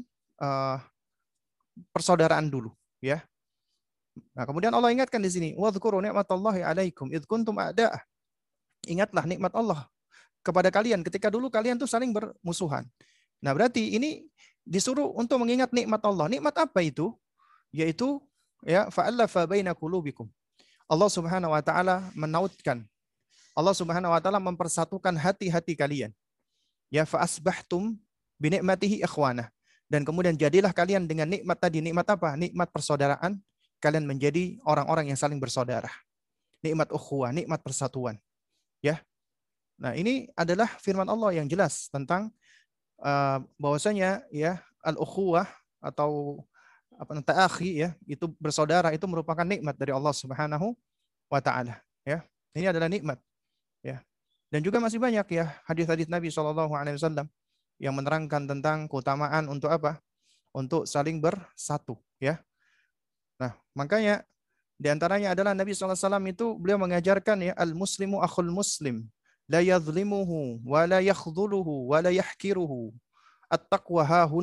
persaudaraan dulu, ya. Nah, kemudian Allah ingatkan di sini, wadhkuru ni'matallahi 'alaikum id kuntum a'da'ah. Ingatlah nikmat Allah kepada kalian ketika dulu kalian tuh saling bermusuhan. Nah, berarti ini disuruh untuk mengingat nikmat Allah. Nikmat apa itu? Yaitu ya fa'alafa baina qulubikum. Allah Subhanahu wa taala menautkan. Allah Subhanahu wa taala mempersatukan hati-hati kalian. Ya fa'asbahtum bi ni'matihi ikhwana. Dan kemudian jadilah kalian dengan nikmat tadi. Nikmat apa? Nikmat persaudaraan. Kalian menjadi orang-orang yang saling bersaudara. Nikmat ukhuwah, nikmat persatuan. Ya. Nah, ini adalah firman Allah yang jelas tentang bahwasanya ya al-ukhuwah atau ta'akhi ya, itu bersaudara itu merupakan nikmat dari Allah Subhanahu wa taala, ya. Ini adalah nikmat, ya. Dan juga masih banyak ya hadis-hadis Nabi SAW yang menerangkan tentang keutamaan untuk apa? Untuk saling bersatu, ya. Nah, makanya di antaranya adalah Nabi SAW itu beliau mengajarkan ya al-muslimu akhul muslim la yadhlimuhu wa la yakhdhuluhu wa la yahkiruhu. At-taqwa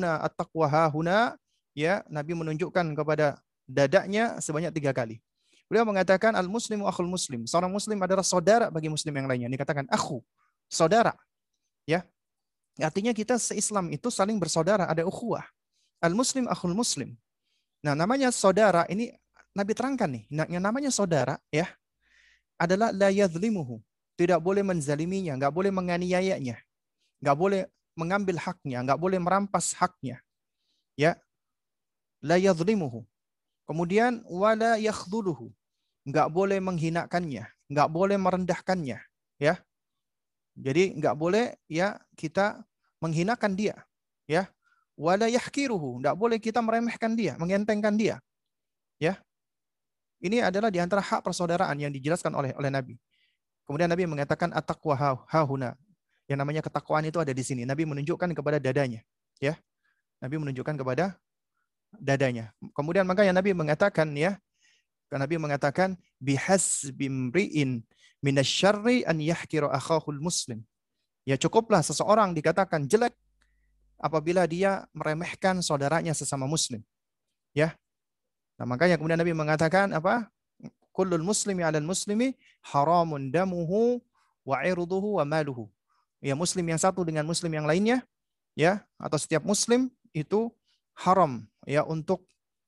hahuna ya, Nabi menunjukkan kepada dadanya sebanyak 3 kali. Beliau mengatakan al-muslimu akhul muslim. Seorang muslim adalah saudara bagi muslim yang lainnya. Dikatakan akhu, saudara. Ya. Artinya kita se-Islam itu saling bersaudara, ada ukhuwah. Al-muslim akhul muslim. Nah, namanya saudara ini Nabi terangkan nih, yang namanya saudara ya adalah la yadhlimuhu, tidak boleh menzaliminya, enggak boleh menganiayanya, enggak boleh mengambil haknya, enggak boleh merampas haknya. Ya. La yadhlimuhu. Kemudian wala yakhdhuluhu, enggak boleh menghinakannya, enggak boleh merendahkannya, ya. Jadi enggak boleh ya kita menghinakan dia, ya. Wala yahkiruhu, enggak boleh kita meremehkan dia, mengentengkan dia. Ya. Ini adalah di antara hak persaudaraan yang dijelaskan oleh Nabi. Kemudian Nabi mengatakan at-taqwa hahuna. Yang namanya ketakwaan itu ada di sini. Nabi menunjukkan kepada dadanya, ya. Nabi menunjukkan kepada dadanya. Kemudian makanya Nabi mengatakan ya, Nabi mengatakan bihasbimri'in minasyarri an yahkira akhahul muslim. Ya cukuplah seseorang dikatakan jelek apabila dia meremehkan saudaranya sesama muslim. Ya. Nah, makanya kemudian Nabi mengatakan apa? Kullul muslimi 'alal muslimi haramun damuhu wa 'irduhu wa maluhu. Ya, muslim yang satu dengan muslim yang lainnya, ya, atau setiap muslim itu haram ya untuk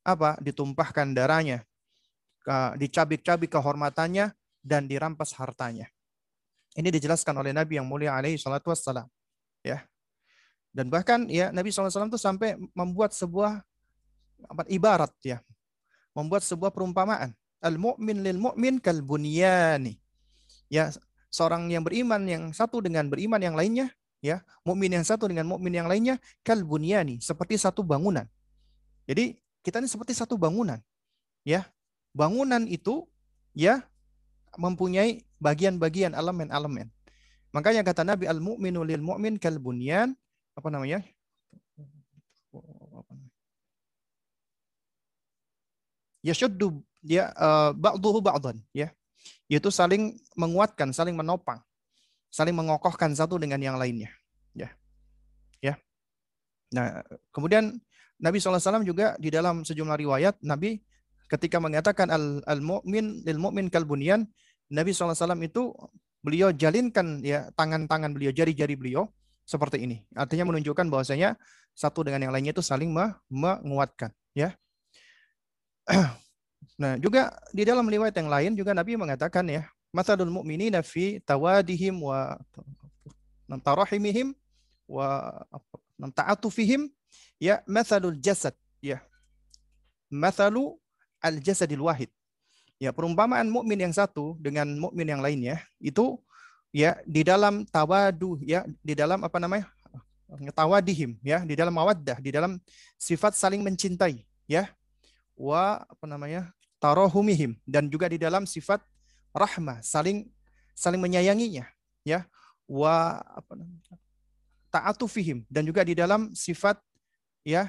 apa? Ditumpahkan darahnya, dicabik-cabik kehormatannya, dan dirampas hartanya. Ini dijelaskan oleh Nabi yang mulia alaihi salatu wassalam. Ya. Dan bahkan ya Nabi SAW itu sampai membuat sebuah ibarat ya, membuat sebuah perumpamaan. Al-mu'min lil mu'min kal bunyani. Ya, seorang yang beriman yang satu dengan beriman yang lainnya, ya, mukmin yang satu dengan mukmin yang lainnya kal bunyani, seperti satu bangunan. Jadi kita ini seperti satu bangunan, ya. Bangunan itu ya mempunyai bagian-bagian elemen-elemen. Makanya kata Nabi al-mu'minu lil mu'min kal bunyan, apa namanya? Yashuddu ya ba'duhu ba'dan, ya. Yaitu saling menguatkan, saling menopang, saling mengokohkan satu dengan yang lainnya, ya. Ya. Nah, kemudian Nabi SAW juga di dalam sejumlah riwayat Nabi ketika mengatakan al-mu'min lil mu'min kal bunyan, Nabi SAW itu beliau jalinkan ya tangan-tangan beliau, jari-jari beliau seperti ini. Artinya menunjukkan bahwasanya satu dengan yang lainnya itu saling menguatkan, ya. Nah, juga di dalam riwayat yang lain juga Nabi mengatakan ya, matsalul mu'minina fi tawadihim wa tarahimihim wa ta'atufihim ya matsalul jasad ya. Matsalu al-jasadil wahid. Ya, perumpamaan mukmin yang satu dengan mukmin yang lainnya itu ya di dalam tawadu ya, di dalam apa namanya? Tawadihim ya, di dalam mawaddah, di dalam sifat saling mencintai ya. Wa apa namanya? Tarahumihim, dan juga di dalam sifat rahmah, saling menyayanginya ya. Wa apa namanya? Ta'atufihim, dan juga di dalam sifat ya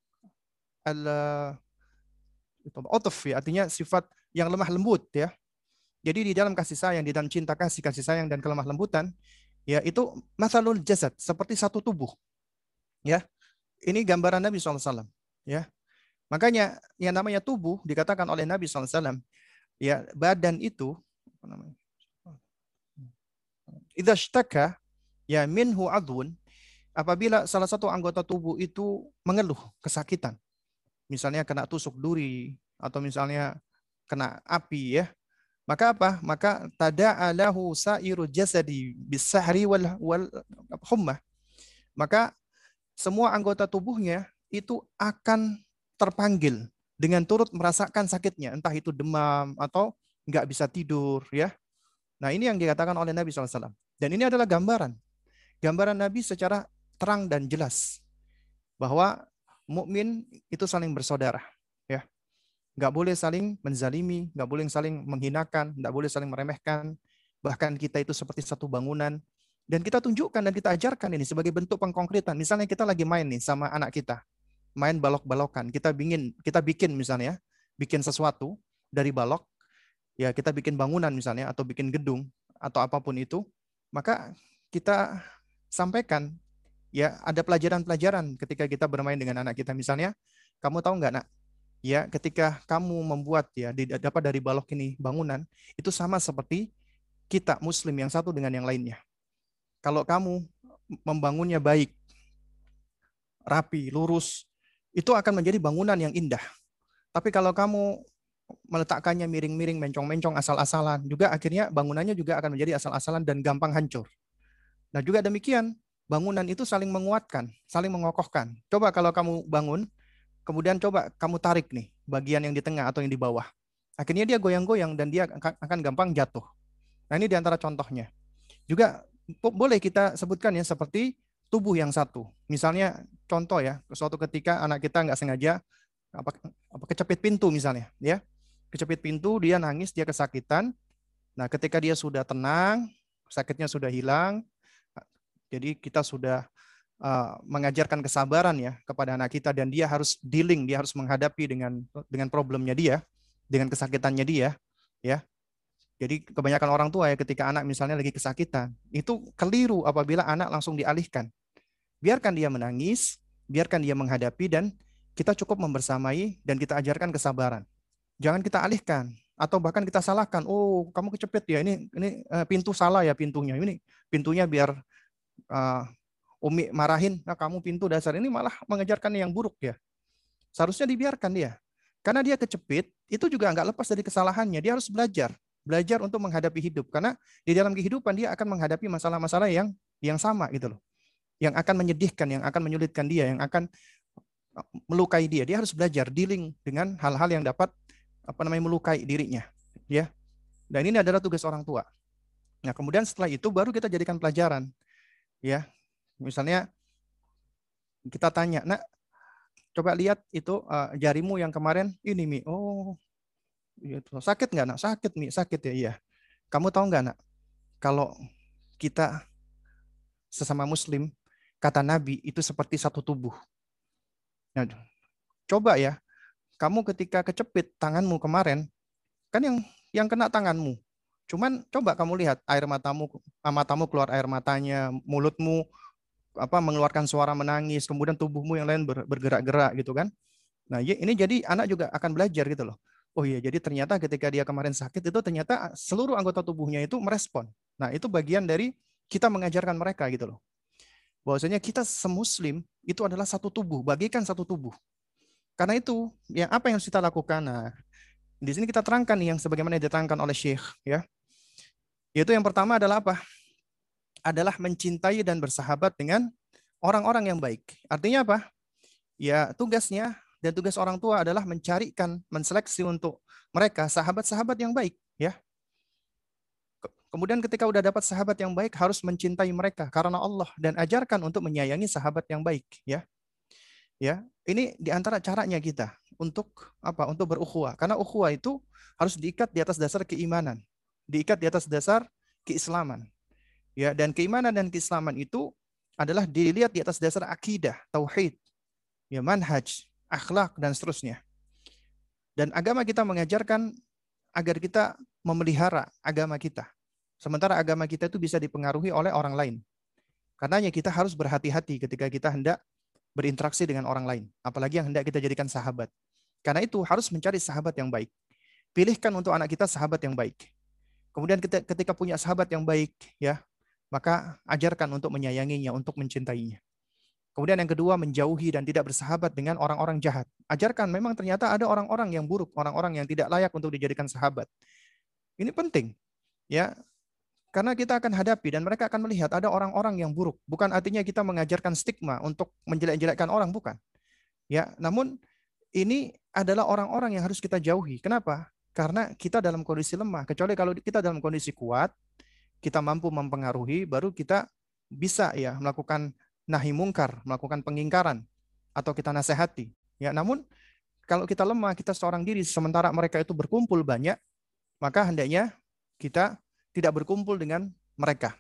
al-utuf ya, artinya sifat yang lemah lembut ya. Jadi di dalam kasih sayang, di dalam cinta kasih sayang dan kelemah lembutan, ya itu matsalul jasad, seperti satu tubuh. Ya. Ini gambaran Nabi SAW. Ya. Makanya yang namanya tubuh dikatakan oleh Nabi SAW, ya badan itu apa namanya? Idza ishtaka ya minhu adwun, apabila salah satu anggota tubuh itu mengeluh kesakitan, misalnya kena tusuk duri atau misalnya kena api ya, maka apa? Maka tada'alahu sa'iru jasadi bisahri wal hummah. Maka semua anggota tubuhnya itu akan terpanggil dengan turut merasakan sakitnya, entah itu demam atau nggak bisa tidur ya. Nah, ini yang dikatakan oleh Nabi SAW. Dan ini adalah gambaran Nabi secara terang dan jelas bahwa mukmin itu saling bersaudara ya. Nggak boleh saling menzalimi, nggak boleh saling menghinakan, nggak boleh saling meremehkan. Bahkan kita itu seperti satu bangunan. Dan kita tunjukkan dan kita ajarkan ini sebagai bentuk pengkonkretan. Misalnya kita lagi main nih sama anak kita. Main balok-balokan. Kita bikin misalnya, bikin sesuatu dari balok. Ya kita bikin bangunan misalnya, atau bikin gedung, atau apapun itu. Maka kita sampaikan, ya ada pelajaran-pelajaran ketika kita bermain dengan anak kita. Misalnya, kamu tahu nggak nak? Ya, ketika kamu membuat ya dapat dari balok ini bangunan, itu sama seperti kita muslim yang satu dengan yang lainnya. Kalau kamu membangunnya baik, rapi, lurus, itu akan menjadi bangunan yang indah. Tapi kalau kamu meletakkannya miring-miring, mencong-mencong, asal-asalan, juga akhirnya bangunannya juga akan menjadi asal-asalan dan gampang hancur. Nah, juga demikian, bangunan itu saling menguatkan, saling mengokohkan. Coba kalau kamu bangun, kemudian coba kamu tarik nih bagian yang di tengah atau yang di bawah. Akhirnya dia goyang-goyang dan dia akan gampang jatuh. Nah, ini diantara contohnya. Juga boleh kita sebutkan ya seperti tubuh yang satu. Misalnya contoh ya, suatu ketika anak kita nggak sengaja kecepit pintu misalnya, ya. Kecepit pintu, dia nangis, dia kesakitan. Nah, ketika dia sudah tenang, sakitnya sudah hilang, jadi kita sudah mengajarkan kesabaran ya kepada anak kita, dan dia harus dealing, dia harus menghadapi dengan problemnya dia, dengan kesakitannya dia, ya. Jadi kebanyakan orang tua ya ketika anak misalnya lagi kesakitan, itu keliru apabila anak langsung dialihkan. Biarkan dia menangis, biarkan dia menghadapi, dan kita cukup membersamai dan kita ajarkan kesabaran. Jangan kita alihkan atau bahkan kita salahkan. Oh, kamu kecepet ya, ini pintu salah ya pintunya. Ini pintunya biar Umi marahin, nah kamu pintu dasar ini malah mengejarkan yang buruk ya. Seharusnya dibiarkan dia. Karena dia kecepit, itu juga nggak lepas dari kesalahannya. Dia harus belajar untuk menghadapi hidup. Karena di dalam kehidupan dia akan menghadapi masalah-masalah yang sama gitu loh. Yang akan menyedihkan, yang akan menyulitkan dia, yang akan melukai dia. Dia harus belajar dealing dengan hal-hal yang dapat melukai dirinya. Ya. Dan ini adalah tugas orang tua. Nah, kemudian setelah itu baru kita jadikan pelajaran. Ya. Misalnya kita tanya, "Nak, coba lihat itu jarimu yang kemarin ini, Mi. Oh, gitu. Sakit nggak, Nak? Sakit, Mi. Sakit ya, iya. Kamu tahu nggak, Nak? Kalau kita sesama Muslim, kata Nabi itu seperti satu tubuh. Nah, coba ya, kamu ketika kecepit tanganmu kemarin, kan yang kena tanganmu. Cuman coba kamu lihat air matamu keluar air matanya, mulutmu mengeluarkan suara menangis, kemudian tubuhmu yang lain bergerak-gerak gitu kan. Nah, ini jadi anak juga akan belajar gitu loh. Oh iya, jadi ternyata ketika dia kemarin sakit itu ternyata seluruh anggota tubuhnya itu merespon. Nah, itu bagian dari kita mengajarkan mereka gitu loh. Bahwasanya kita semuslim itu adalah satu tubuh, bagikan satu tubuh. Karena itu, yang apa yang harus kita lakukan? Nah, di sini kita terangkan yang sebagaimana diterangkan oleh Syekh ya. Yaitu yang pertama adalah apa? Adalah mencintai dan bersahabat dengan orang-orang yang baik. Artinya apa? Ya, tugasnya dan tugas orang tua adalah mencarikan, menseleksi untuk mereka sahabat-sahabat yang baik, ya. Kemudian ketika udah dapat sahabat yang baik, harus mencintai mereka karena Allah dan ajarkan untuk menyayangi sahabat yang baik, ya. Ya, ini diantara caranya kita untuk apa? Untuk berukhuwah. Karena ukhuwah itu harus diikat di atas dasar keimanan, diikat di atas dasar keislaman. Ya, dan keimanan dan keislaman itu adalah dilihat di atas dasar akidah, tauhid, ya, manhaj, akhlak dan seterusnya. Dan agama kita mengajarkan agar kita memelihara agama kita. Sementara agama kita itu bisa dipengaruhi oleh orang lain. Karenanya kita harus berhati-hati ketika kita hendak berinteraksi dengan orang lain. Apalagi yang hendak kita jadikan sahabat. Karena itu harus mencari sahabat yang baik. Pilihkan untuk anak kita sahabat yang baik. Kemudian ketika punya sahabat yang baik, ya, maka ajarkan untuk menyayanginya, untuk mencintainya. Kemudian yang kedua, menjauhi dan tidak bersahabat dengan orang-orang jahat. Ajarkan memang ternyata ada orang-orang yang buruk, orang-orang yang tidak layak untuk dijadikan sahabat. Ini penting, ya, karena kita akan hadapi dan mereka akan melihat ada orang-orang yang buruk. Bukan artinya kita mengajarkan stigma untuk menjelek-jelekkan orang, bukan. Ya, namun ini adalah orang-orang yang harus kita jauhi. Kenapa? Karena kita dalam kondisi lemah. Kecuali kalau kita dalam kondisi kuat, kita mampu mempengaruhi, baru kita bisa ya melakukan nahi mungkar, melakukan pengingkaran, atau kita nasihati. Ya, namun kalau kita lemah, kita seorang diri, sementara mereka itu berkumpul banyak, maka hendaknya kita tidak berkumpul dengan mereka.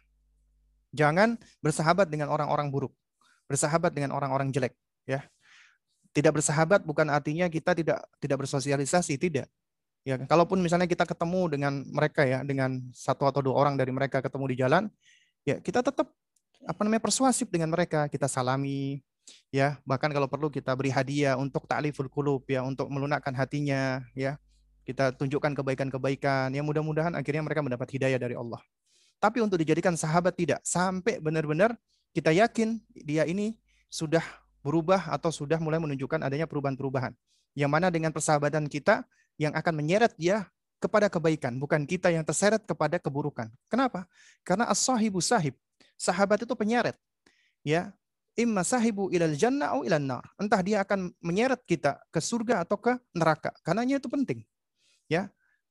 Jangan bersahabat dengan orang-orang buruk, bersahabat dengan orang-orang jelek. Ya, tidak bersahabat bukan artinya kita tidak bersosialisasi, tidak. Ya, kalaupun misalnya kita ketemu dengan mereka ya, dengan satu atau dua orang dari mereka ketemu di jalan, ya kita tetap persuasif dengan mereka, kita salami, ya, bahkan kalau perlu kita beri hadiah untuk ta'liful qulub, ya, untuk melunakkan hatinya, ya, kita tunjukkan kebaikan-kebaikan, yang mudah-mudahan akhirnya mereka mendapat hidayah dari Allah. Tapi untuk dijadikan sahabat tidak, sampai benar-benar kita yakin dia ini sudah berubah atau sudah mulai menunjukkan adanya perubahan-perubahan, yang mana dengan persahabatan kita yang akan menyeret dia kepada kebaikan, bukan kita yang terseret kepada keburukan. Kenapa? Karena as-sahibu sahib. Sahabat itu penyeret, ya, imma sahibu ilal jannah atau ilal nar. Entah dia akan menyeret kita ke surga atau ke neraka. Karenanya itu penting, ya.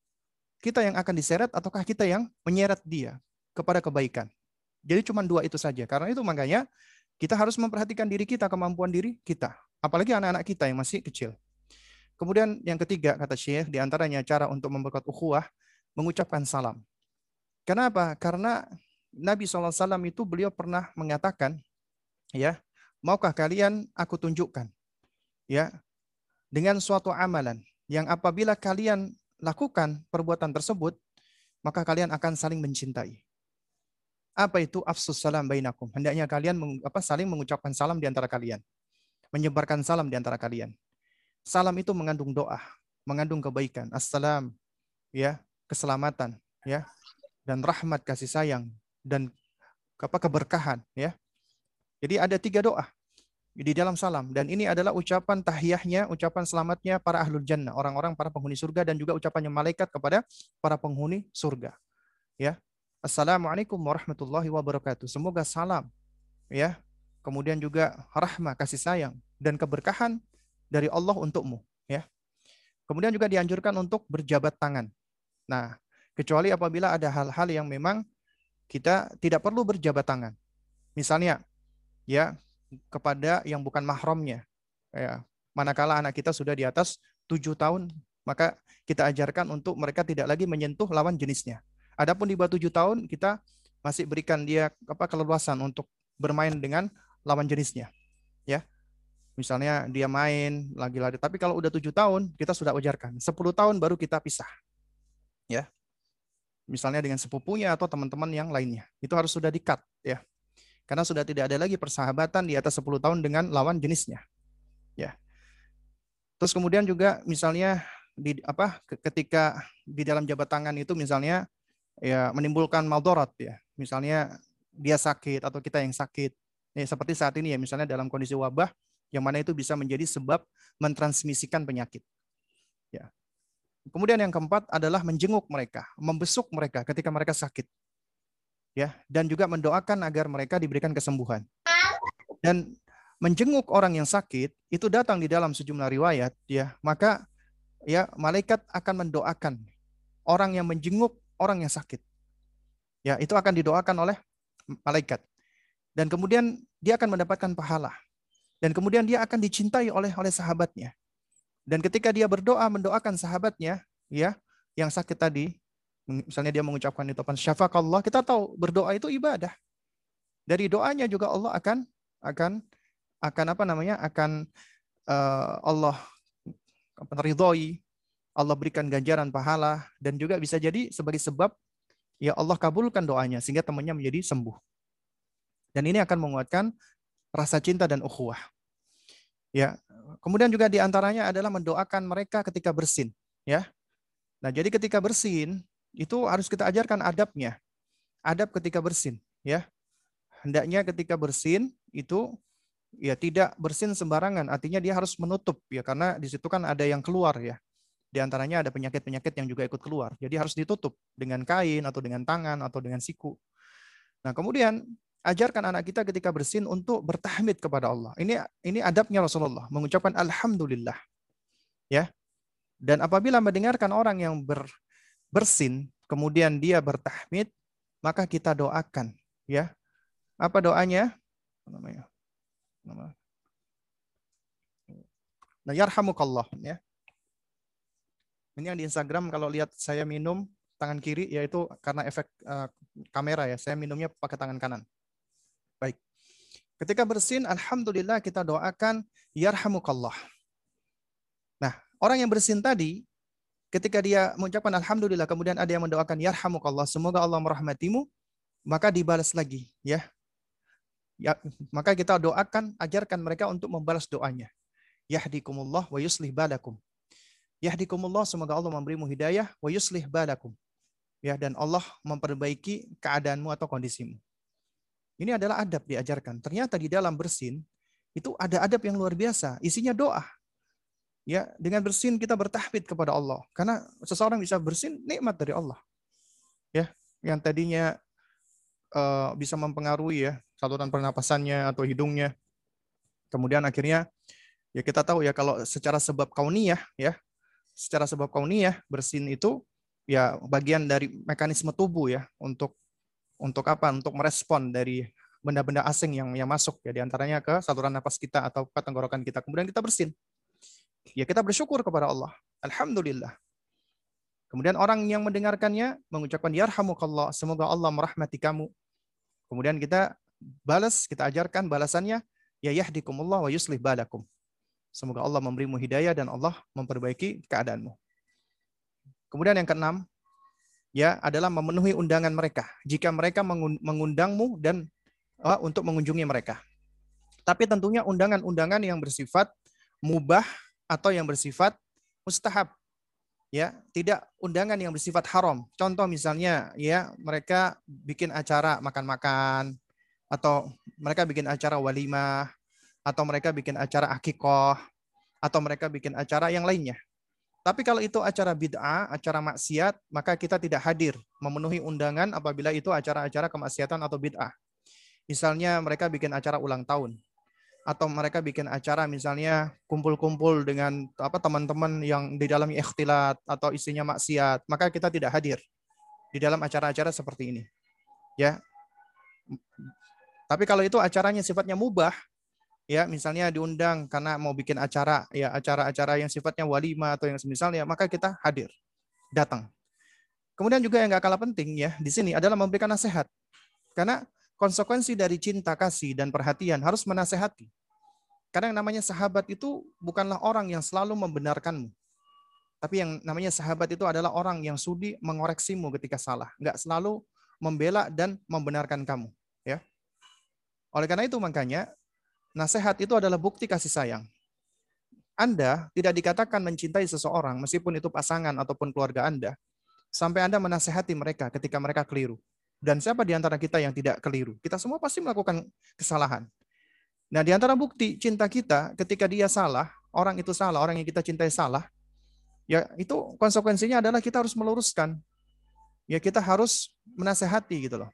Kita yang akan diseret ataukah kita yang menyeret dia kepada kebaikan. Jadi cuma dua itu saja. Karena itu makanya kita harus memperhatikan diri kita, kemampuan diri kita. Apalagi anak-anak kita yang masih kecil. Kemudian yang ketiga, kata Syekh, diantaranya cara untuk memperkuat ukhuwah, mengucapkan salam. Kenapa? Karena Nabi SAW itu beliau pernah mengatakan, ya, maukah kalian aku tunjukkan, ya, dengan suatu amalan yang apabila kalian lakukan perbuatan tersebut, maka kalian akan saling mencintai. Apa itu afsus salam bainakum? Hendaknya kalian saling mengucapkan salam di antara kalian, menyebarkan salam di antara kalian. Salam itu mengandung doa, mengandung kebaikan. Assalam, ya, keselamatan, ya, dan rahmat, kasih sayang, dan keberkahan, ya. Jadi ada 3 doa. di dalam salam. Dan ini adalah ucapan tahiyahnya, ucapan selamatnya para ahlul jannah, orang-orang para penghuni surga, dan juga ucapannya malaikat kepada para penghuni surga. Ya, Assalamualaikum warahmatullahi wabarakatuh. Semoga salam, ya, kemudian juga rahmah, kasih sayang dan keberkahan dari Allah untukmu. Ya, kemudian juga dianjurkan untuk berjabat tangan. Nah, kecuali apabila ada hal-hal yang memang kita tidak perlu berjabat tangan. Misalnya, ya, kepada yang bukan mahramnya. Ya, manakala anak kita sudah di atas 7 tahun, maka kita ajarkan untuk mereka tidak lagi menyentuh lawan jenisnya. Adapun di bawah 7 tahun, kita masih berikan dia keleluasan untuk bermain dengan lawan jenisnya. Ya, misalnya dia main lagi-lagi, tapi kalau udah 7 tahun, kita sudah ajarkan. 10 tahun baru kita pisah. Ya, misalnya dengan sepupunya atau teman-teman yang lainnya. Itu harus sudah di-cut, ya. Karena sudah tidak ada lagi persahabatan di atas 10 tahun dengan lawan jenisnya. Ya. Terus kemudian juga misalnya ketika di dalam jabat tangan itu misalnya ya menimbulkan maldarat, ya. Misalnya dia sakit atau kita yang sakit. Ya, seperti saat ini ya, misalnya dalam kondisi wabah yang mana itu bisa menjadi sebab mentransmisikan penyakit. Ya. Kemudian yang keempat adalah menjenguk mereka, membesuk mereka ketika mereka sakit. Ya, dan juga mendoakan agar mereka diberikan kesembuhan. Dan menjenguk orang yang sakit itu datang di dalam sejumlah riwayat, ya, maka ya malaikat akan mendoakan orang yang menjenguk orang yang sakit. Ya, itu akan didoakan oleh malaikat. Dan kemudian dia akan mendapatkan pahala. Dan kemudian dia akan dicintai oleh sahabatnya. Dan ketika dia berdoa mendoakan sahabatnya, ya, yang sakit tadi, misalnya dia mengucapkan ucapan syafaqallah, kita tahu berdoa itu ibadah. Dari doanya juga Allah akan Allah ridhoi, Allah berikan ganjaran pahala, dan juga bisa jadi sebagai sebab ya Allah kabulkan doanya sehingga temannya menjadi sembuh. Dan ini akan menguatkan rasa cinta dan ukhuwah. Ya, kemudian juga diantaranya adalah mendoakan mereka ketika bersin. Ya, nah jadi ketika bersin itu harus kita ajarkan adabnya, adab ketika bersin. Ya, hendaknya ketika bersin itu ya tidak bersin sembarangan, artinya dia harus menutup ya, karena di situ kan ada yang keluar ya. Di antaranya ada penyakit-penyakit yang juga ikut keluar. Jadi harus ditutup dengan kain atau dengan tangan atau dengan siku. Nah, kemudian ajarkan anak kita ketika bersin untuk bertahmid kepada Allah. Ini adabnya Rasulullah, mengucapkan alhamdulillah. Ya. Dan apabila mendengarkan orang yang bersin, kemudian dia bertahmid, maka kita doakan, ya. Apa doanya? Namanya. Nah, yarhamukallah, ya. Ini yang di Instagram kalau lihat saya minum tangan kiri, yaitu karena efek kamera ya. Saya minumnya pakai tangan kanan. Baik. Ketika bersin, alhamdulillah kita doakan yarhamukallah. Nah, orang yang bersin tadi, ketika dia mengucapkan alhamdulillah, kemudian ada yang mendoakan yarhamukallah, semoga Allah merahmatimu, maka dibalas lagi, ya. Ya, maka kita doakan, ajarkan mereka untuk membalas doanya. Yahdikumullah wa yuslih balakum. Yahdikumullah, semoga Allah memberimu hidayah, wa yuslih balakum. Ya, dan Allah memperbaiki keadaanmu atau kondisimu. Ini adalah adab diajarkan. Ternyata di dalam bersin itu ada adab yang luar biasa, isinya doa. Ya, dengan bersin kita bertahmid kepada Allah, karena seseorang bisa bersin nikmat dari Allah. Ya, yang tadinya bisa mempengaruhi ya saluran pernapasannya atau hidungnya. Kemudian akhirnya ya kita tahu ya kalau secara sebab kauniyah ya, secara sebab kauniyah bersin itu ya bagian dari mekanisme tubuh ya untuk apa? Untuk merespon dari benda-benda asing yang masuk ya, diantaranya ke saluran napas kita atau ke tenggorokan kita. Kemudian kita bersin. Ya kita bersyukur kepada Allah. Alhamdulillah. Kemudian orang yang mendengarkannya mengucapkan yarhamukallah, semoga Allah merahmati kamu. Kemudian kita balas, kita ajarkan balasannya, ya yahdikumullah wa yuslih balakum. Semoga Allah memberimu hidayah dan Allah memperbaiki keadaanmu. Kemudian yang keenam, ya adalah memenuhi undangan mereka jika mereka mengundangmu dan untuk mengunjungi mereka. Tapi tentunya undangan-undangan yang bersifat mubah atau yang bersifat mustahab. Ya, tidak undangan yang bersifat haram. Contoh misalnya ya mereka bikin acara makan-makan atau mereka bikin acara walimah atau mereka bikin acara akikoh, atau mereka bikin acara yang lainnya. Tapi kalau itu acara bid'ah, acara maksiat, maka kita tidak hadir memenuhi undangan apabila itu acara-acara kemaksiatan atau bid'ah. Misalnya mereka bikin acara ulang tahun, atau mereka bikin acara misalnya kumpul-kumpul dengan teman-teman yang di dalamnya ikhtilat atau isinya maksiat, maka kita tidak hadir di dalam acara-acara seperti ini. Ya. Tapi kalau itu acaranya sifatnya mubah, ya misalnya diundang karena mau bikin acara, ya acara-acara yang sifatnya walimah atau yang semisalnya, maka kita hadir, datang. Kemudian juga yang nggak kalah penting ya di sini adalah memberikan nasihat, karena konsekuensi dari cinta kasih dan perhatian harus menasehati. Karena yang namanya sahabat itu bukanlah orang yang selalu membenarkanmu, tapi yang namanya sahabat itu adalah orang yang sudi mengoreksimu ketika salah, nggak selalu membela dan membenarkan kamu. Ya, oleh karena itu makanya nasihat itu adalah bukti kasih sayang. Anda tidak dikatakan mencintai seseorang meskipun itu pasangan ataupun keluarga Anda, sampai Anda menasehati mereka ketika mereka keliru. Dan siapa di antara kita yang tidak keliru? Kita semua pasti melakukan kesalahan. Nah, di antara bukti cinta kita ketika dia salah, orang itu salah, orang yang kita cintai salah, ya itu konsekuensinya adalah kita harus meluruskan. Ya kita harus menasehati gitu loh.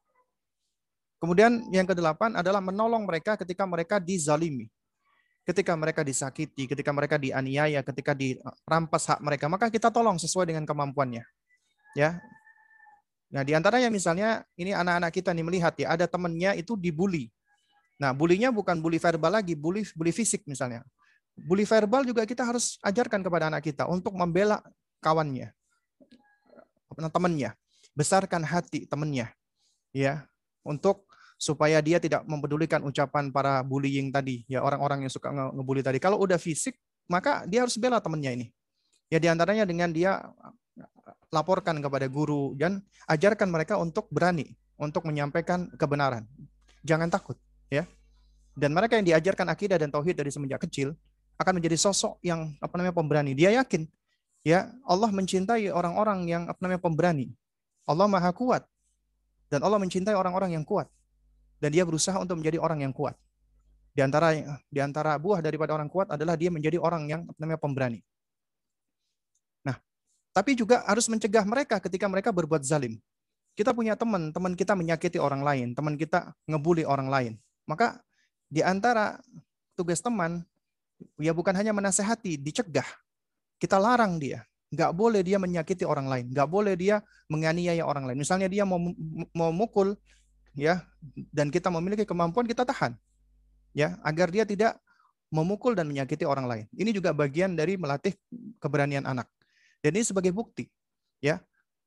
Kemudian yang kedelapan adalah menolong mereka ketika mereka dizalimi. Ketika mereka disakiti, ketika mereka dianiaya, ketika dirampas hak mereka, maka kita tolong sesuai dengan kemampuannya. Ya. Nah, di antaranya misalnya ini anak-anak kita nih melihat ya, ada temannya itu dibully. Nah, bulinya bukan bully verbal lagi, bully fisik misalnya. Bully verbal juga kita harus ajarkan kepada anak kita untuk membela kawannya, temannya, besarkan hati temannya, ya, untuk supaya dia tidak mempedulikan ucapan para bullying tadi, ya orang-orang yang suka ngebully tadi. Kalau udah fisik, maka dia harus bela temannya ini. Ya diantaranya dengan dia laporkan kepada guru dan ajarkan mereka untuk berani untuk menyampaikan kebenaran. Jangan takut, ya. Dan mereka yang diajarkan akidah dan tauhid dari semenjak kecil akan menjadi sosok yang pemberani. Dia yakin, ya Allah mencintai orang-orang yang pemberani. Allah Maha Kuat dan Allah mencintai orang-orang yang kuat. Dan dia berusaha untuk menjadi orang yang kuat. Di antara buah daripada orang kuat adalah dia menjadi orang yang pemberani. Nah, tapi juga harus mencegah mereka ketika mereka berbuat zalim. Kita punya teman kita menyakiti orang lain, teman kita ngebully orang lain. Maka di antara tugas teman, ya bukan hanya menasehati, dicegah. Kita larang dia. Nggak boleh dia menyakiti orang lain. Nggak boleh dia menganiaya orang lain. Misalnya dia mau mukul, ya, dan kita memiliki kemampuan, kita tahan, ya, agar dia tidak memukul dan menyakiti orang lain. Ini juga bagian dari melatih keberanian anak. Dan ini sebagai bukti, ya.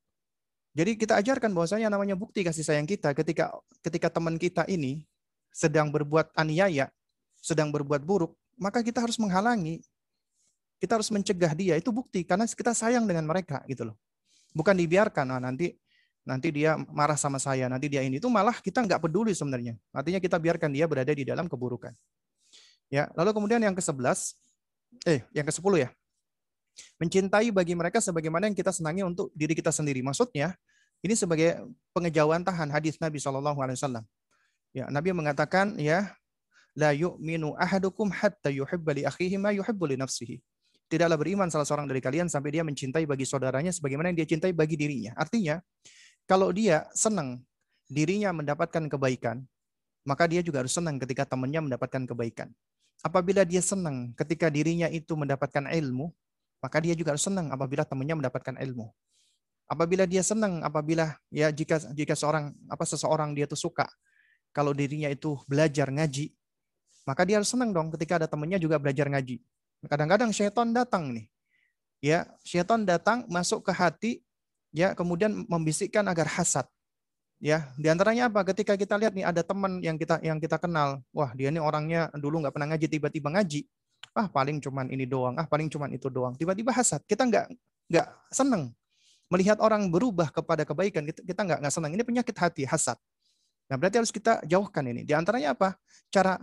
Jadi kita ajarkan bahwasanya namanya bukti kasih sayang kita ketika teman kita ini sedang berbuat aniaya, sedang berbuat buruk, maka kita harus menghalangi, kita harus mencegah dia. Itu bukti karena kita sayang dengan mereka, gitu loh. Bukan dibiarkan, nanti dia marah sama saya, nanti dia ini. Itu malah kita nggak peduli sebenarnya. Artinya kita biarkan dia berada di dalam keburukan. Ya, lalu kemudian yang ke-11, yang ke-10 ya. Mencintai bagi mereka sebagaimana yang kita senangi untuk diri kita sendiri. Maksudnya, ini sebagai pengejauhan tahan hadis Nabi SAW. Ya, Nabi mengatakan, ya, la yu'minu ahadukum hatta yuhibba li akhihi ma yuhibbu li nafsihi. Tidaklah beriman salah seorang dari kalian sampai dia mencintai bagi saudaranya sebagaimana yang dia cintai bagi dirinya. Artinya, kalau dia senang dirinya mendapatkan kebaikan, maka dia juga harus senang ketika temannya mendapatkan kebaikan. Apabila dia senang ketika dirinya itu mendapatkan ilmu, maka dia juga harus senang apabila temannya mendapatkan ilmu. Apabila dia senang apabila ya jika seseorang dia tuh suka kalau dirinya itu belajar ngaji, maka dia harus senang dong ketika ada temannya juga belajar ngaji. Kadang-kadang syaitan datang nih. Ya, syaitan datang masuk ke hati, ya, kemudian membisikkan agar hasad. Ya, di antaranya apa? Ketika kita lihat nih ada teman yang kita kenal, wah dia ini orangnya dulu nggak pernah ngaji, tiba-tiba ngaji. Paling cuman ini doang, paling cuman itu doang. Tiba-tiba hasad. Kita nggak senang melihat orang berubah kepada kebaikan. Kita nggak senang. Ini penyakit hati, hasad. Nah, berarti harus kita jauhkan ini. Di antaranya apa? Cara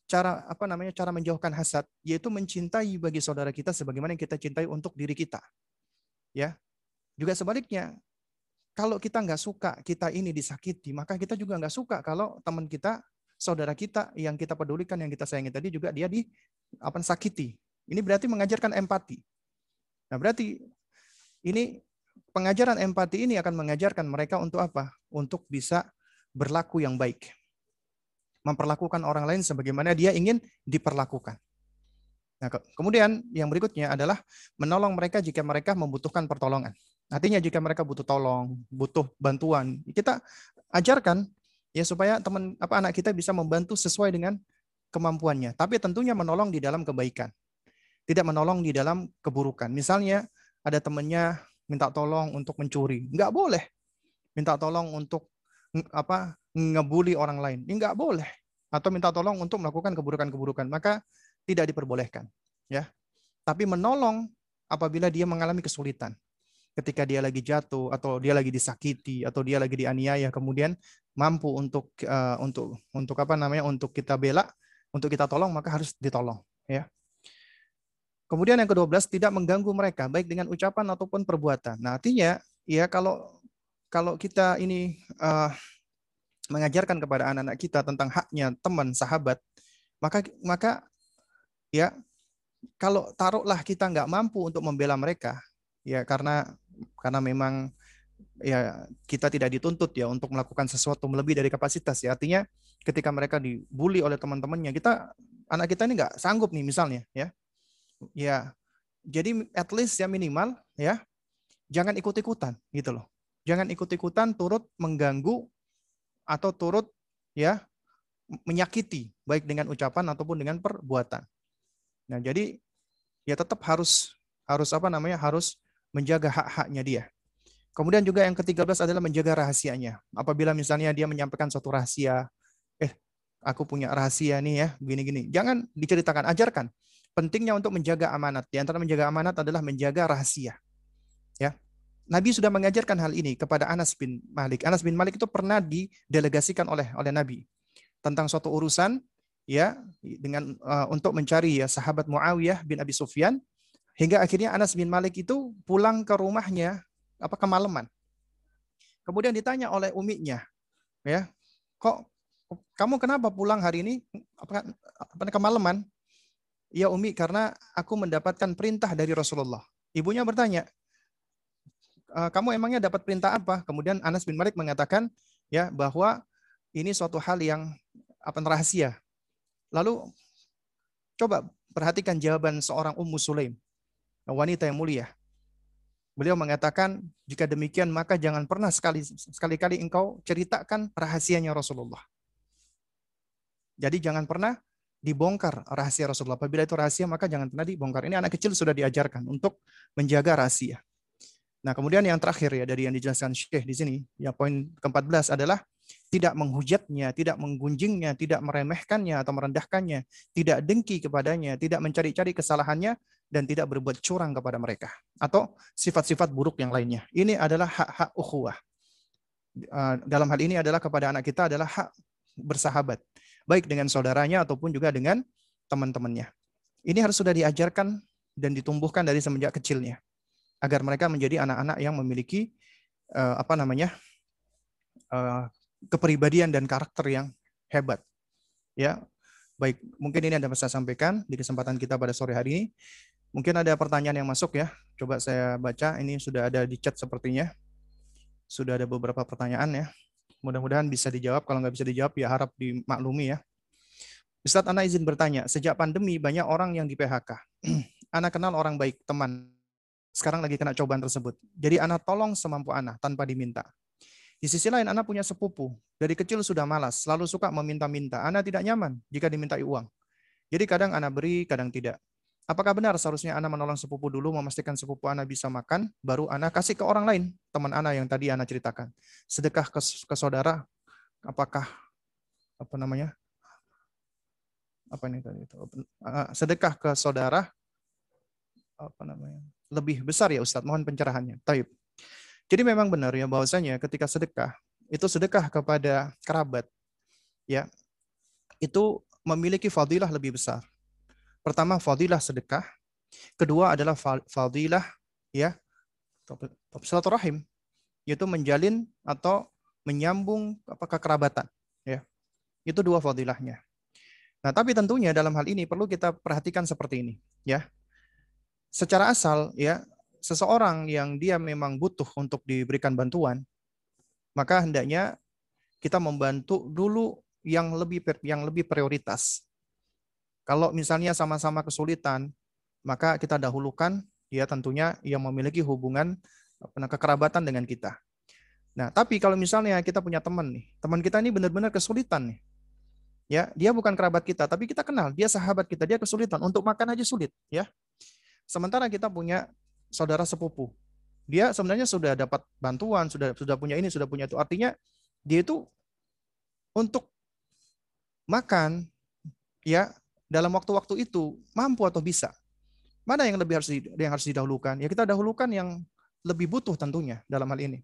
menjauhkan hasad, yaitu mencintai bagi saudara kita sebagaimana yang kita cintai untuk diri kita. Ya. Juga sebaliknya, kalau kita nggak suka kita ini disakiti, maka kita juga nggak suka kalau teman kita saudara kita yang kita pedulikan, yang kita sayangi tadi juga dia sakiti. Ini berarti mengajarkan empati. Nah, berarti ini pengajaran empati ini akan mengajarkan mereka untuk apa? Untuk bisa berlaku yang baik. Memperlakukan orang lain sebagaimana dia ingin diperlakukan. Nah, kemudian yang berikutnya adalah menolong mereka jika mereka membutuhkan pertolongan. Artinya jika mereka butuh tolong, butuh bantuan, kita ajarkan ya supaya anak kita bisa membantu sesuai dengan kemampuannya. Tapi tentunya menolong di dalam kebaikan. Tidak menolong di dalam keburukan. Misalnya ada temannya minta tolong untuk mencuri, nggak boleh. Minta tolong untuk ngebully orang lain, ini nggak boleh. Atau minta tolong untuk melakukan keburukan-keburukan, maka tidak diperbolehkan. Ya, tapi menolong apabila dia mengalami kesulitan, ketika dia lagi jatuh atau dia lagi disakiti atau dia lagi dianiaya, kemudian mampu untuk untuk kita bela, untuk kita tolong, maka harus ditolong. Ya. Kemudian yang ke-12, tidak mengganggu mereka baik dengan ucapan ataupun perbuatan. Nah, artinya ya kalau kita ini mengajarkan kepada anak-anak kita tentang haknya teman, sahabat, maka ya kalau taruhlah kita nggak mampu untuk membela mereka, ya karena memang ya kita tidak dituntut ya untuk melakukan sesuatu melebihi dari kapasitas ya. Artinya ketika mereka dibully oleh teman-temannya, anak kita ini nggak sanggup nih misalnya ya. Ya, jadi at least ya minimal ya jangan ikut-ikutan gitu loh. Jangan ikut-ikutan turut mengganggu atau turut ya menyakiti baik dengan ucapan ataupun dengan perbuatan. Nah, jadi ya tetap harus harus menjaga hak-haknya dia. Kemudian juga yang ke-13 adalah menjaga rahasianya. Apabila misalnya dia menyampaikan suatu rahasia, aku punya rahasia nih ya, gini-gini. Jangan diceritakan, ajarkan. Pentingnya untuk menjaga amanat. Di antara menjaga amanat adalah menjaga rahasia. Ya. Nabi sudah mengajarkan hal ini kepada Anas bin Malik. Anas bin Malik itu pernah didelegasikan oleh Nabi tentang suatu urusan ya dengan untuk mencari ya sahabat Muawiyah bin Abi Sufyan, hingga akhirnya Anas bin Malik itu pulang ke rumahnya kemalaman. Kemudian ditanya oleh uminya, ya, kok kamu kenapa pulang hari ini kemalaman? Ya Umi, karena aku mendapatkan perintah dari Rasulullah. Ibunya bertanya, kamu emangnya dapat perintah apa? Kemudian Anas bin Malik mengatakan ya bahwa ini suatu hal yang rahasia. Lalu coba perhatikan jawaban seorang Ummu Sulaim, wanita yang mulia. Beliau mengatakan, jika demikian maka jangan pernah sekali-kali engkau ceritakan rahasianya Rasulullah. Jadi jangan pernah dibongkar rahasia Rasulullah. Apabila itu rahasia maka jangan pernah dibongkar. Ini anak kecil sudah diajarkan untuk menjaga rahasia. Nah, kemudian yang terakhir ya dari yang dijelaskan Syekh di sini, ya poin ke-14 adalah tidak menghujatnya, tidak menggunjingnya, tidak meremehkannya atau merendahkannya, tidak dengki kepadanya, tidak mencari-cari kesalahannya, dan tidak berbuat curang kepada mereka atau sifat-sifat buruk yang lainnya. Ini adalah hak-hak ukhuwah. Dalam hal ini adalah kepada anak kita adalah hak bersahabat, baik dengan saudaranya ataupun juga dengan teman-temannya. Ini harus sudah diajarkan dan ditumbuhkan dari semenjak kecilnya, agar mereka menjadi anak-anak yang memiliki kepribadian dan karakter yang hebat. Ya, baik. Mungkin ini ada saya sampaikan di kesempatan kita pada sore hari ini. Mungkin ada pertanyaan yang masuk ya. Coba saya baca. Ini sudah ada di chat sepertinya. Sudah ada beberapa pertanyaan ya. Mudah-mudahan bisa dijawab. Kalau nggak bisa dijawab ya harap dimaklumi ya. Ustadz, Ana izin bertanya. Sejak pandemi banyak orang yang di PHK. Ana kenal orang baik, teman. Sekarang lagi kena cobaan tersebut. Jadi Ana tolong semampu Ana tanpa diminta. Di sisi lain, Ana punya sepupu. Dari kecil sudah malas, selalu suka meminta-minta. Ana tidak nyaman jika dimintai uang. Jadi kadang Ana beri, kadang tidak. Apakah benar seharusnya Ana menolong sepupu dulu, memastikan sepupu Ana bisa makan, baru Ana kasih ke orang lain, teman Ana yang tadi Ana ceritakan. Sedekah ke saudara, apakah sedekah ke saudara lebih besar ya Ustadz? Mohon pencerahannya. Taib. Jadi memang benar ya bahwasanya ketika sedekah, itu sedekah kepada kerabat, ya, itu memiliki fadilah lebih besar. Pertama fadilah sedekah, kedua adalah fadilah ya silaturahim, yaitu menjalin atau menyambung kekerabatan, ya. Itu dua fadilahnya. Nah, tapi tentunya dalam hal ini perlu kita perhatikan seperti ini, ya. Secara asal, ya, seseorang yang dia memang butuh untuk diberikan bantuan, maka hendaknya kita membantu dulu yang lebih prioritas. Kalau misalnya sama-sama kesulitan, maka kita dahulukan ya tentunya yang memiliki hubungan kekerabatan dengan kita. Nah, tapi kalau misalnya kita punya teman nih, teman kita ini benar-benar kesulitan nih. Ya, dia bukan kerabat kita, tapi kita kenal, dia sahabat kita, dia kesulitan untuk makan aja sulit, ya. Sementara kita punya saudara sepupu. Dia sebenarnya sudah dapat bantuan, sudah punya ini, sudah punya itu. Artinya dia itu untuk makan ya dalam waktu-waktu itu mampu atau bisa. Mana yang lebih harus didahulukan? Ya kita dahulukan yang lebih butuh tentunya dalam hal ini.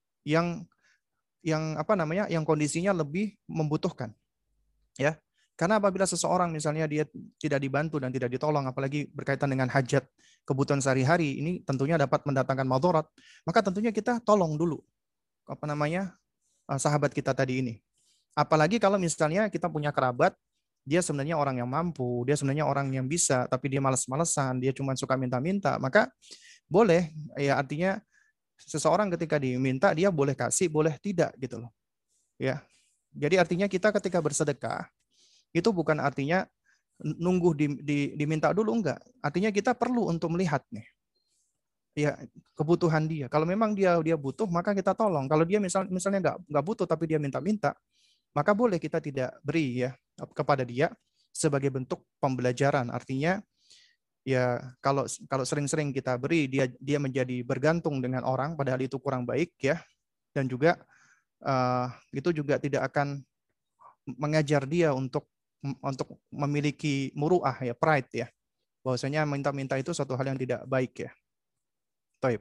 Yang apa namanya? Yang kondisinya lebih membutuhkan. Ya. Karena apabila seseorang misalnya dia tidak dibantu dan tidak ditolong, apalagi berkaitan dengan hajat kebutuhan sehari-hari, ini tentunya dapat mendatangkan madarat. Maka tentunya kita tolong dulu apa namanya sahabat kita tadi ini. Apalagi kalau misalnya kita punya kerabat, dia sebenarnya orang yang mampu, dia sebenarnya orang yang bisa, tapi dia malas-malesan, dia cuma suka minta-minta, maka boleh, ya artinya seseorang ketika diminta, dia boleh kasih, boleh tidak gitu loh. Ya. Jadi artinya kita ketika bersedekah, itu bukan artinya nunggu diminta dulu, enggak. Artinya kita perlu untuk melihat nih, ya kebutuhan dia. Kalau memang dia butuh, maka kita tolong. Kalau dia misalnya nggak butuh tapi dia minta-minta, maka boleh kita tidak beri ya kepada dia sebagai bentuk pembelajaran. Artinya ya kalau sering-sering kita beri, dia menjadi bergantung dengan orang, padahal itu kurang baik ya. Dan juga itu juga tidak akan mengajar dia untuk memiliki muruah ya, pride ya. Bahwasanya minta-minta itu suatu hal yang tidak baik ya. Baik.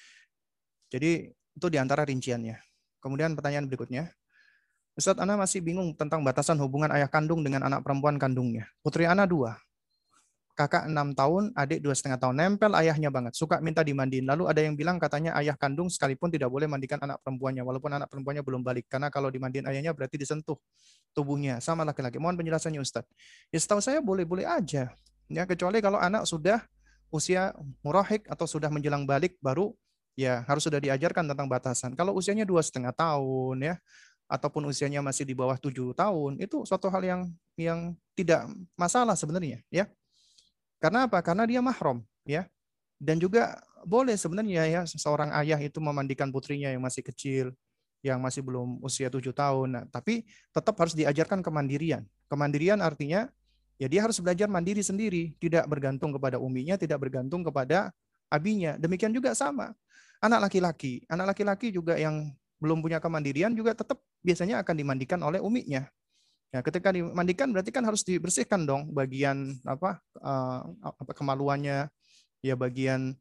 Jadi itu diantara rinciannya. Kemudian pertanyaan berikutnya. Ustadz, Ana masih bingung tentang batasan hubungan ayah kandung dengan anak perempuan kandungnya. Putri Ana 2. Kakak 6 tahun, adik 2,5 tahun. Nempel ayahnya banget, suka minta dimandiin. Lalu ada yang bilang katanya ayah kandung sekalipun tidak boleh mandikan anak perempuannya, walaupun anak perempuannya belum balik. Karena kalau dimandiin ayahnya berarti disentuh tubuhnya sama laki-laki. Mohon penjelasannya Ustadz. Ya setahu saya boleh-boleh aja. Ya, kecuali kalau anak sudah usia murahik atau sudah menjelang balik, baru ya harus sudah diajarkan tentang batasan. Kalau usianya 2,5 tahun ya, ataupun usianya masih di bawah 7 tahun, itu suatu hal yang tidak masalah sebenarnya ya. Karena apa? Karena dia mahram, ya. Dan juga boleh sebenarnya ya seorang ayah itu memandikan putrinya yang masih kecil, yang masih belum usia 7 tahun. Nah, tapi tetap harus diajarkan kemandirian. Kemandirian artinya ya dia harus belajar mandiri sendiri, tidak bergantung kepada uminya, tidak bergantung kepada abinya. Demikian juga sama anak laki-laki juga yang belum punya kemandirian juga tetap biasanya akan dimandikan oleh uminya. Ya, ketika dimandikan berarti kan harus dibersihkan dong bagian kemaluannya, ya bagian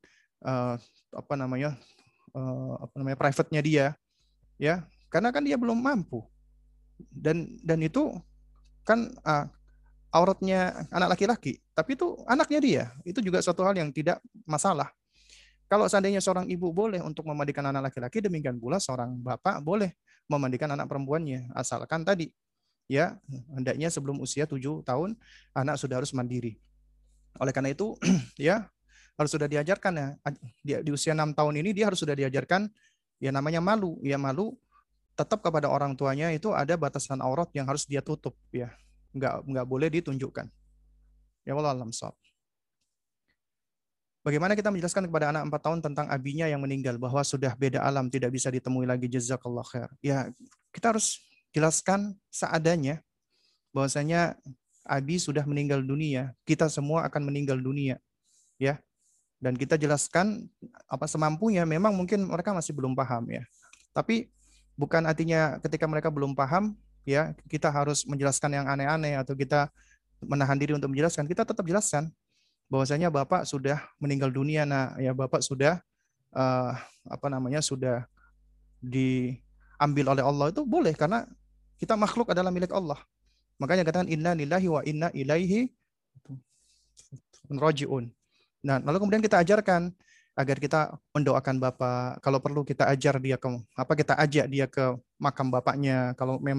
private-nya dia, ya. Karena kan dia belum mampu. Dan itu kan auratnya anak laki-laki, tapi itu anaknya dia. Itu juga suatu hal yang tidak masalah. Kalau seandainya seorang ibu boleh untuk memandikan anak laki-laki, demikian pula seorang bapak boleh memandikan anak perempuannya, asalkan tadi ya hendaknya sebelum usia 7 tahun anak sudah harus mandiri. Oleh karena itu ya harus sudah diajarkan ya di usia 6 tahun ini dia harus sudah diajarkan ya namanya malu. Ya malu tetap kepada orang tuanya, itu ada batasan aurat yang harus dia tutup ya. Enggak boleh ditunjukkan. Ya wallahu a'lam shawab. Bagaimana kita menjelaskan kepada anak 4 tahun tentang abinya yang meninggal, bahwa sudah beda alam, tidak bisa ditemui lagi, jazakallah khair. Ya, kita harus jelaskan seadanya bahwasanya abi sudah meninggal dunia, kita semua akan meninggal dunia. Ya. Dan kita jelaskan apa semampunya, memang mungkin mereka masih belum paham ya. Tapi bukan artinya ketika mereka belum paham ya, kita harus menjelaskan yang aneh-aneh atau kita menahan diri untuk menjelaskan. Kita tetap jelaskan bahwasanya Bapak sudah meninggal dunia, nah ya Bapak sudah sudah diambil oleh Allah. Itu boleh karena kita makhluk adalah milik Allah. Makanya katakan inna lillahi wa inna ilaihi raji'un. Nah, lalu kemudian kita ajarkan agar kita mendoakan Bapak. Kalau perlu kita ajak dia ke makam bapaknya. Kalau memang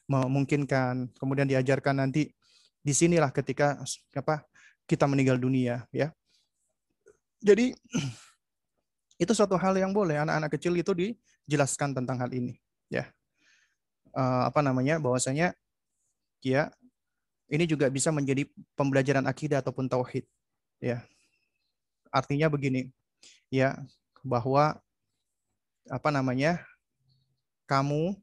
memungkinkan, kemudian diajarkan nanti disinilah ketika kita meninggal dunia, ya. Jadi itu suatu hal yang boleh anak-anak kecil itu dijelaskan tentang hal ini, ya. Bahwasanya ya ini juga bisa menjadi pembelajaran akidah ataupun tauhid, ya. Artinya begini, ya, bahwa kamu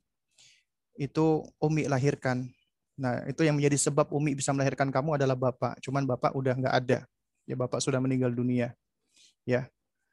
itu Umi lahirkan. Nah, itu yang menjadi sebab Umi bisa melahirkan kamu adalah Bapak. Cuman Bapak udah nggak ada. Ya, Bapak sudah meninggal dunia. Ya.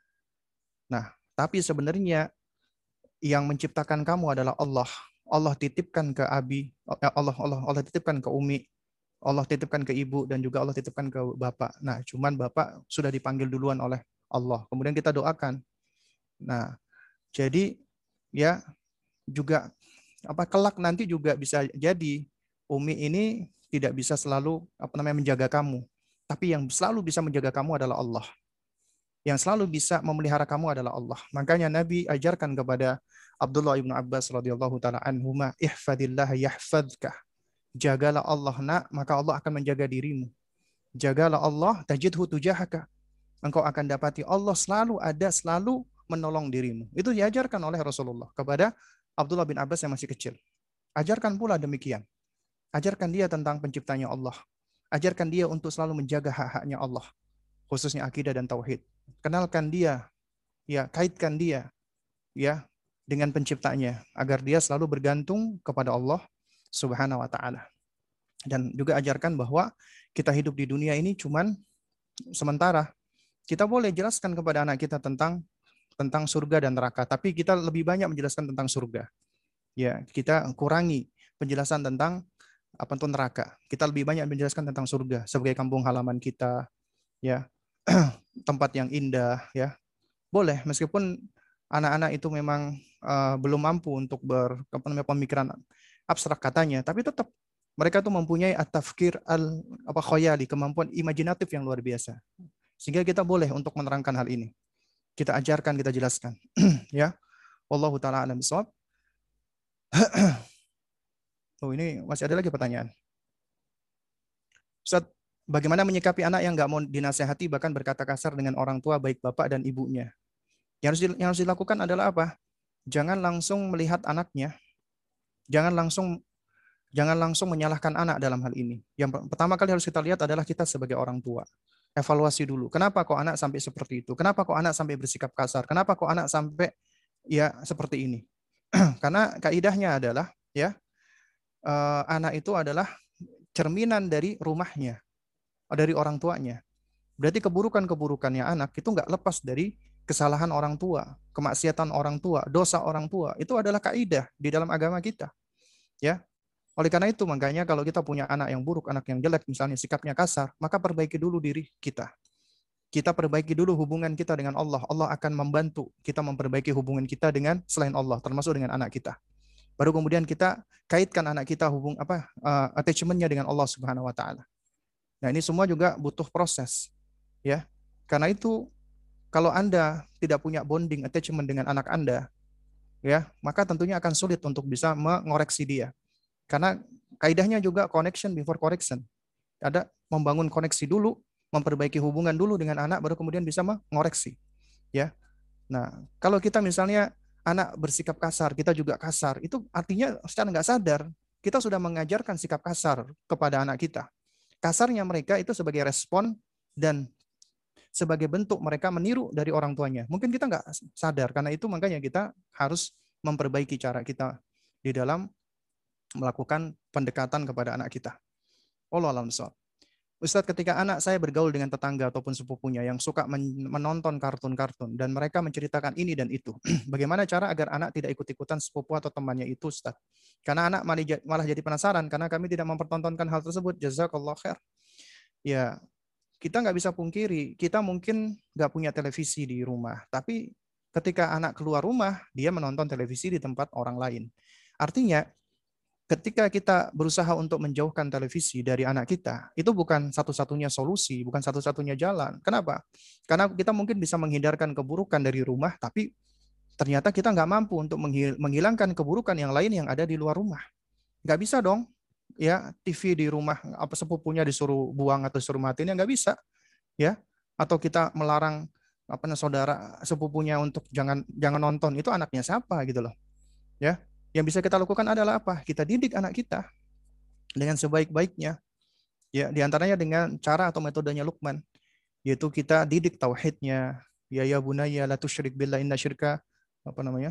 Nah, tapi sebenarnya yang menciptakan kamu adalah Allah. Allah titipkan ke Abi, Allah titipkan ke Umi, Allah titipkan ke ibu, dan juga Allah titipkan ke Bapak. Nah, cuman Bapak sudah dipanggil duluan oleh Allah. Kemudian kita doakan. Nah, jadi ya juga kelak nanti juga bisa jadi Umi ini tidak bisa selalu menjaga kamu, tapi yang selalu bisa menjaga kamu adalah Allah. Yang selalu bisa memelihara kamu adalah Allah. Makanya Nabi ajarkan kepada Abdullah ibnu Abbas radhiyallahu taala anhuma, ihfadillah yahfadzka. Jagalah Allah, nak, maka Allah akan menjaga dirimu. Jagalah Allah, tajidhu tujahaka. Engkau akan dapati Allah selalu ada, selalu menolong dirimu. Itu diajarkan oleh Rasulullah kepada Abdullah bin Abbas yang masih kecil. Ajarkan pula demikian. Ajarkan dia tentang penciptanya Allah. Ajarkan dia untuk selalu menjaga hak-haknya Allah, khususnya akidah dan tauhid. Kenalkan dia, ya, kaitkan dia, ya, dengan penciptanya agar dia selalu bergantung kepada Allah Subhanahu wa taala. Dan juga ajarkan bahwa kita hidup di dunia ini cuman sementara. Kita boleh jelaskan kepada anak kita tentang surga dan neraka, tapi kita lebih banyak menjelaskan tentang surga. Ya, kita kurangi penjelasan tentang apa itu neraka. Kita lebih banyak menjelaskan tentang surga sebagai kampung halaman kita, ya, tempat yang indah, ya. Boleh, meskipun anak-anak itu memang belum mampu untuk pemikiran abstrak katanya, tapi tetap mereka tuh mempunyai at-tafkir khayali, kemampuan imajinatif yang luar biasa. Sehingga kita boleh untuk menerangkan hal ini. Kita ajarkan, kita jelaskan. Ya. Wallahu taala alam bishawab. Oh, ini masih ada lagi pertanyaan. Ustaz, bagaimana menyikapi anak yang nggak mau dinasehati bahkan berkata kasar dengan orang tua baik bapak dan ibunya? Yang harus dilakukan adalah apa? Jangan langsung melihat anaknya. Jangan langsung menyalahkan anak dalam hal ini. Yang pertama kali harus kita lihat adalah kita sebagai orang tua. Evaluasi dulu. Kenapa kok anak sampai seperti itu? Kenapa kok anak sampai bersikap kasar? Kenapa kok anak sampai ya seperti ini? Karena kaidahnya adalah ya anak itu adalah cerminan dari rumahnya, dari orang tuanya. Berarti keburukannya anak itu nggak lepas dari kesalahan orang tua, kemaksiatan orang tua, dosa orang tua. Itu adalah kaidah di dalam agama kita. Ya. Oleh karena itu, makanya kalau kita punya anak yang buruk, anak yang jelek, misalnya sikapnya kasar, maka perbaiki dulu diri kita. Kita perbaiki dulu hubungan kita dengan Allah. Allah akan membantu kita memperbaiki hubungan kita dengan selain Allah, termasuk dengan anak kita. Baru kemudian kita kaitkan anak kita attachment-nya dengan Allah Subhanahu wa taala. Nah, ini semua juga butuh proses. Ya. Karena itu kalau Anda tidak punya bonding attachment dengan anak Anda, ya, maka tentunya akan sulit untuk bisa mengoreksi dia. Karena kaidahnya juga connection before correction. Ada membangun koneksi dulu, memperbaiki hubungan dulu dengan anak, baru kemudian bisa mengoreksi. Ya. Nah, kalau kita misalnya anak bersikap kasar, kita juga kasar, itu artinya secara nggak sadar, kita sudah mengajarkan sikap kasar kepada anak kita. Kasarnya mereka itu sebagai respon dan sebagai bentuk mereka meniru dari orang tuanya. Mungkin kita nggak sadar, karena itu makanya kita harus memperbaiki cara kita di dalam melakukan pendekatan kepada anak kita. Wallahu a'lam bishawab. Ustadz, ketika anak saya bergaul dengan tetangga ataupun sepupunya yang suka menonton kartun-kartun dan mereka menceritakan ini dan itu, bagaimana cara agar anak tidak ikut-ikutan sepupu atau temannya itu, Ustadz? Karena anak malah jadi penasaran karena kami tidak mempertontonkan hal tersebut. Jazakallah khair. Ya, kita nggak bisa pungkiri, kita mungkin nggak punya televisi di rumah, tapi ketika anak keluar rumah, dia menonton televisi di tempat orang lain. Artinya, ketika kita berusaha untuk menjauhkan televisi dari anak kita, itu bukan satu-satunya solusi, bukan satu-satunya jalan. Kenapa? Karena kita mungkin bisa menghindarkan keburukan dari rumah, tapi ternyata kita nggak mampu untuk menghilangkan keburukan yang lain yang ada di luar rumah. Nggak bisa dong, ya TV di rumah apa sepupunya disuruh buang atau disuruh matiin, ya nggak bisa, ya. Atau kita melarang apa saudara sepupunya untuk jangan jangan nonton, itu anaknya siapa gitu loh, ya. Yang bisa kita lakukan adalah apa? Kita didik anak kita dengan sebaik-baiknya, ya. Di antaranya dengan cara atau metodenya Luqman, yaitu kita didik tauhidnya. Ya bunayya la tusyrik billah inna syirka apa namanya?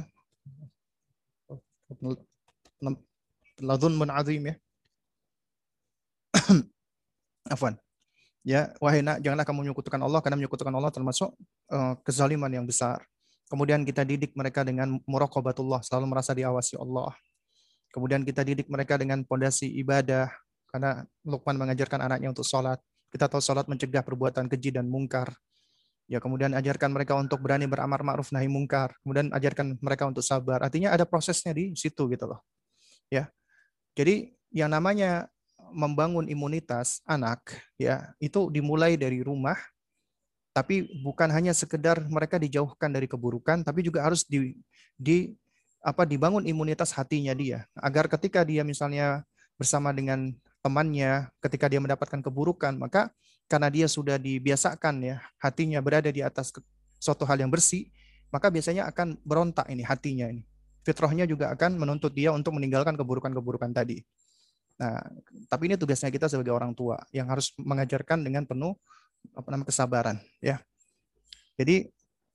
Ladzulmun azim, ya. Afwan. Ya, wahai nak, janganlah kamu menyekutukan Allah, karena menyekutukan Allah termasuk kezaliman yang besar. Kemudian kita didik mereka dengan muraqabatullah, selalu merasa diawasi Allah. Kemudian kita didik mereka dengan pondasi ibadah, karena Luqman mengajarkan anaknya untuk sholat. Kita tahu sholat mencegah perbuatan keji dan mungkar. Ya, kemudian ajarkan mereka untuk berani beramar ma'ruf nahi mungkar. Kemudian ajarkan mereka untuk sabar. Artinya ada prosesnya di situ gitu loh. Ya. Jadi yang namanya membangun imunitas anak, ya, itu dimulai dari rumah, tapi bukan hanya sekedar mereka dijauhkan dari keburukan, tapi juga harus dibangun imunitas hatinya dia, agar ketika dia misalnya bersama dengan temannya, ketika dia mendapatkan keburukan, maka karena dia sudah dibiasakan, ya, hatinya berada di atas suatu hal yang bersih, maka biasanya akan berontak ini hatinya ini. Fitrahnya juga akan menuntut dia untuk meninggalkan keburukan-keburukan tadi. Nah, tapi ini tugasnya kita sebagai orang tua yang harus mengajarkan dengan penuh kesabaran, ya. Jadi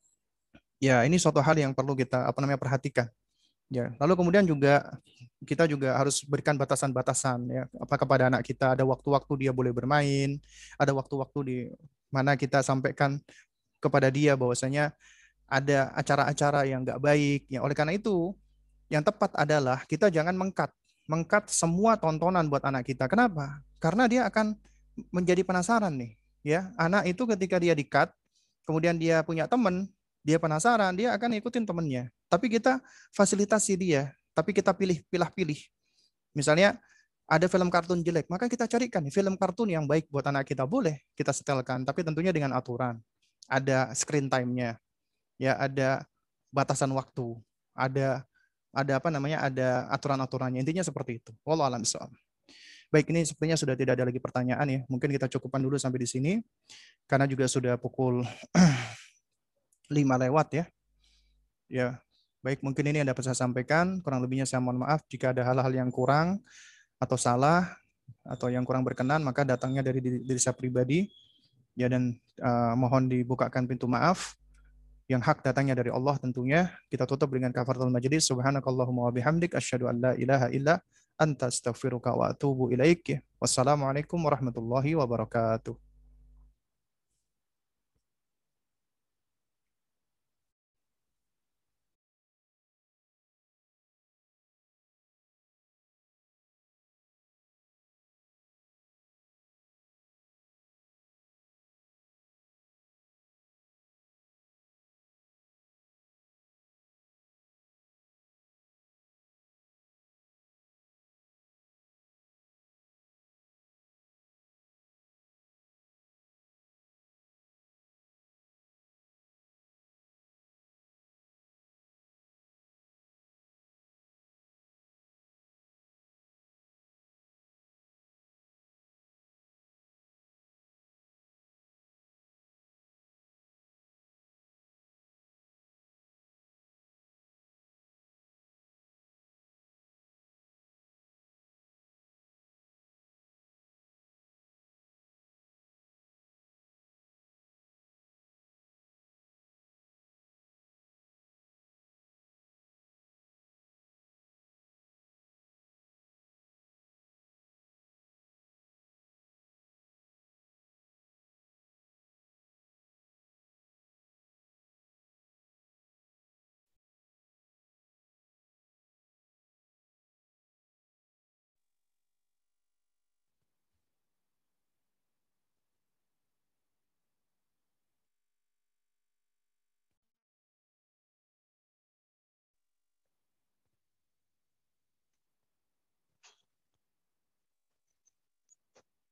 ya ini suatu hal yang perlu kita perhatikan, ya. Lalu kemudian juga kita juga harus berikan batasan-batasan, ya, apa kepada anak kita. Ada waktu-waktu dia boleh bermain, ada waktu-waktu di mana kita sampaikan kepada dia bahwasanya ada acara-acara yang nggak baik, ya. Oleh karena itu yang tepat adalah kita jangan mengkat semua tontonan buat anak kita. Kenapa? Karena dia akan menjadi penasaran nih, ya. Anak itu ketika dia di-cut, kemudian dia punya teman, dia penasaran, dia akan ikutin temannya. Tapi kita fasilitasi dia, tapi kita pilih-pilih. Misalnya ada film kartun jelek, maka kita carikan film kartun yang baik buat anak kita, boleh kita setelkan, tapi tentunya dengan aturan. Ada screen time-nya, ya, ada batasan waktu, ada ada aturan-aturannya. Intinya seperti itu. Wallahu a'lam bishawab. Baik, ini sepertinya sudah tidak ada lagi pertanyaan, ya. Mungkin kita cukupkan dulu sampai di sini karena juga sudah pukul 5 lewat, ya. Ya, baik, mungkin ini yang dapat saya sampaikan. Kurang lebihnya saya mohon maaf jika ada hal-hal yang kurang atau salah atau yang kurang berkenan, maka datangnya dari diri saya pribadi, ya. Dan mohon dibukakan pintu maaf. Yang hak datangnya dari Allah tentunya. Kita tutup dengan kafaratul majlis. Subhanakallahumma wa bihamdik asyhadu an la ilaha illa anta astaghfiruka wa atubu ilaik. Wassalamualaikum warahmatullahi wabarakatuh.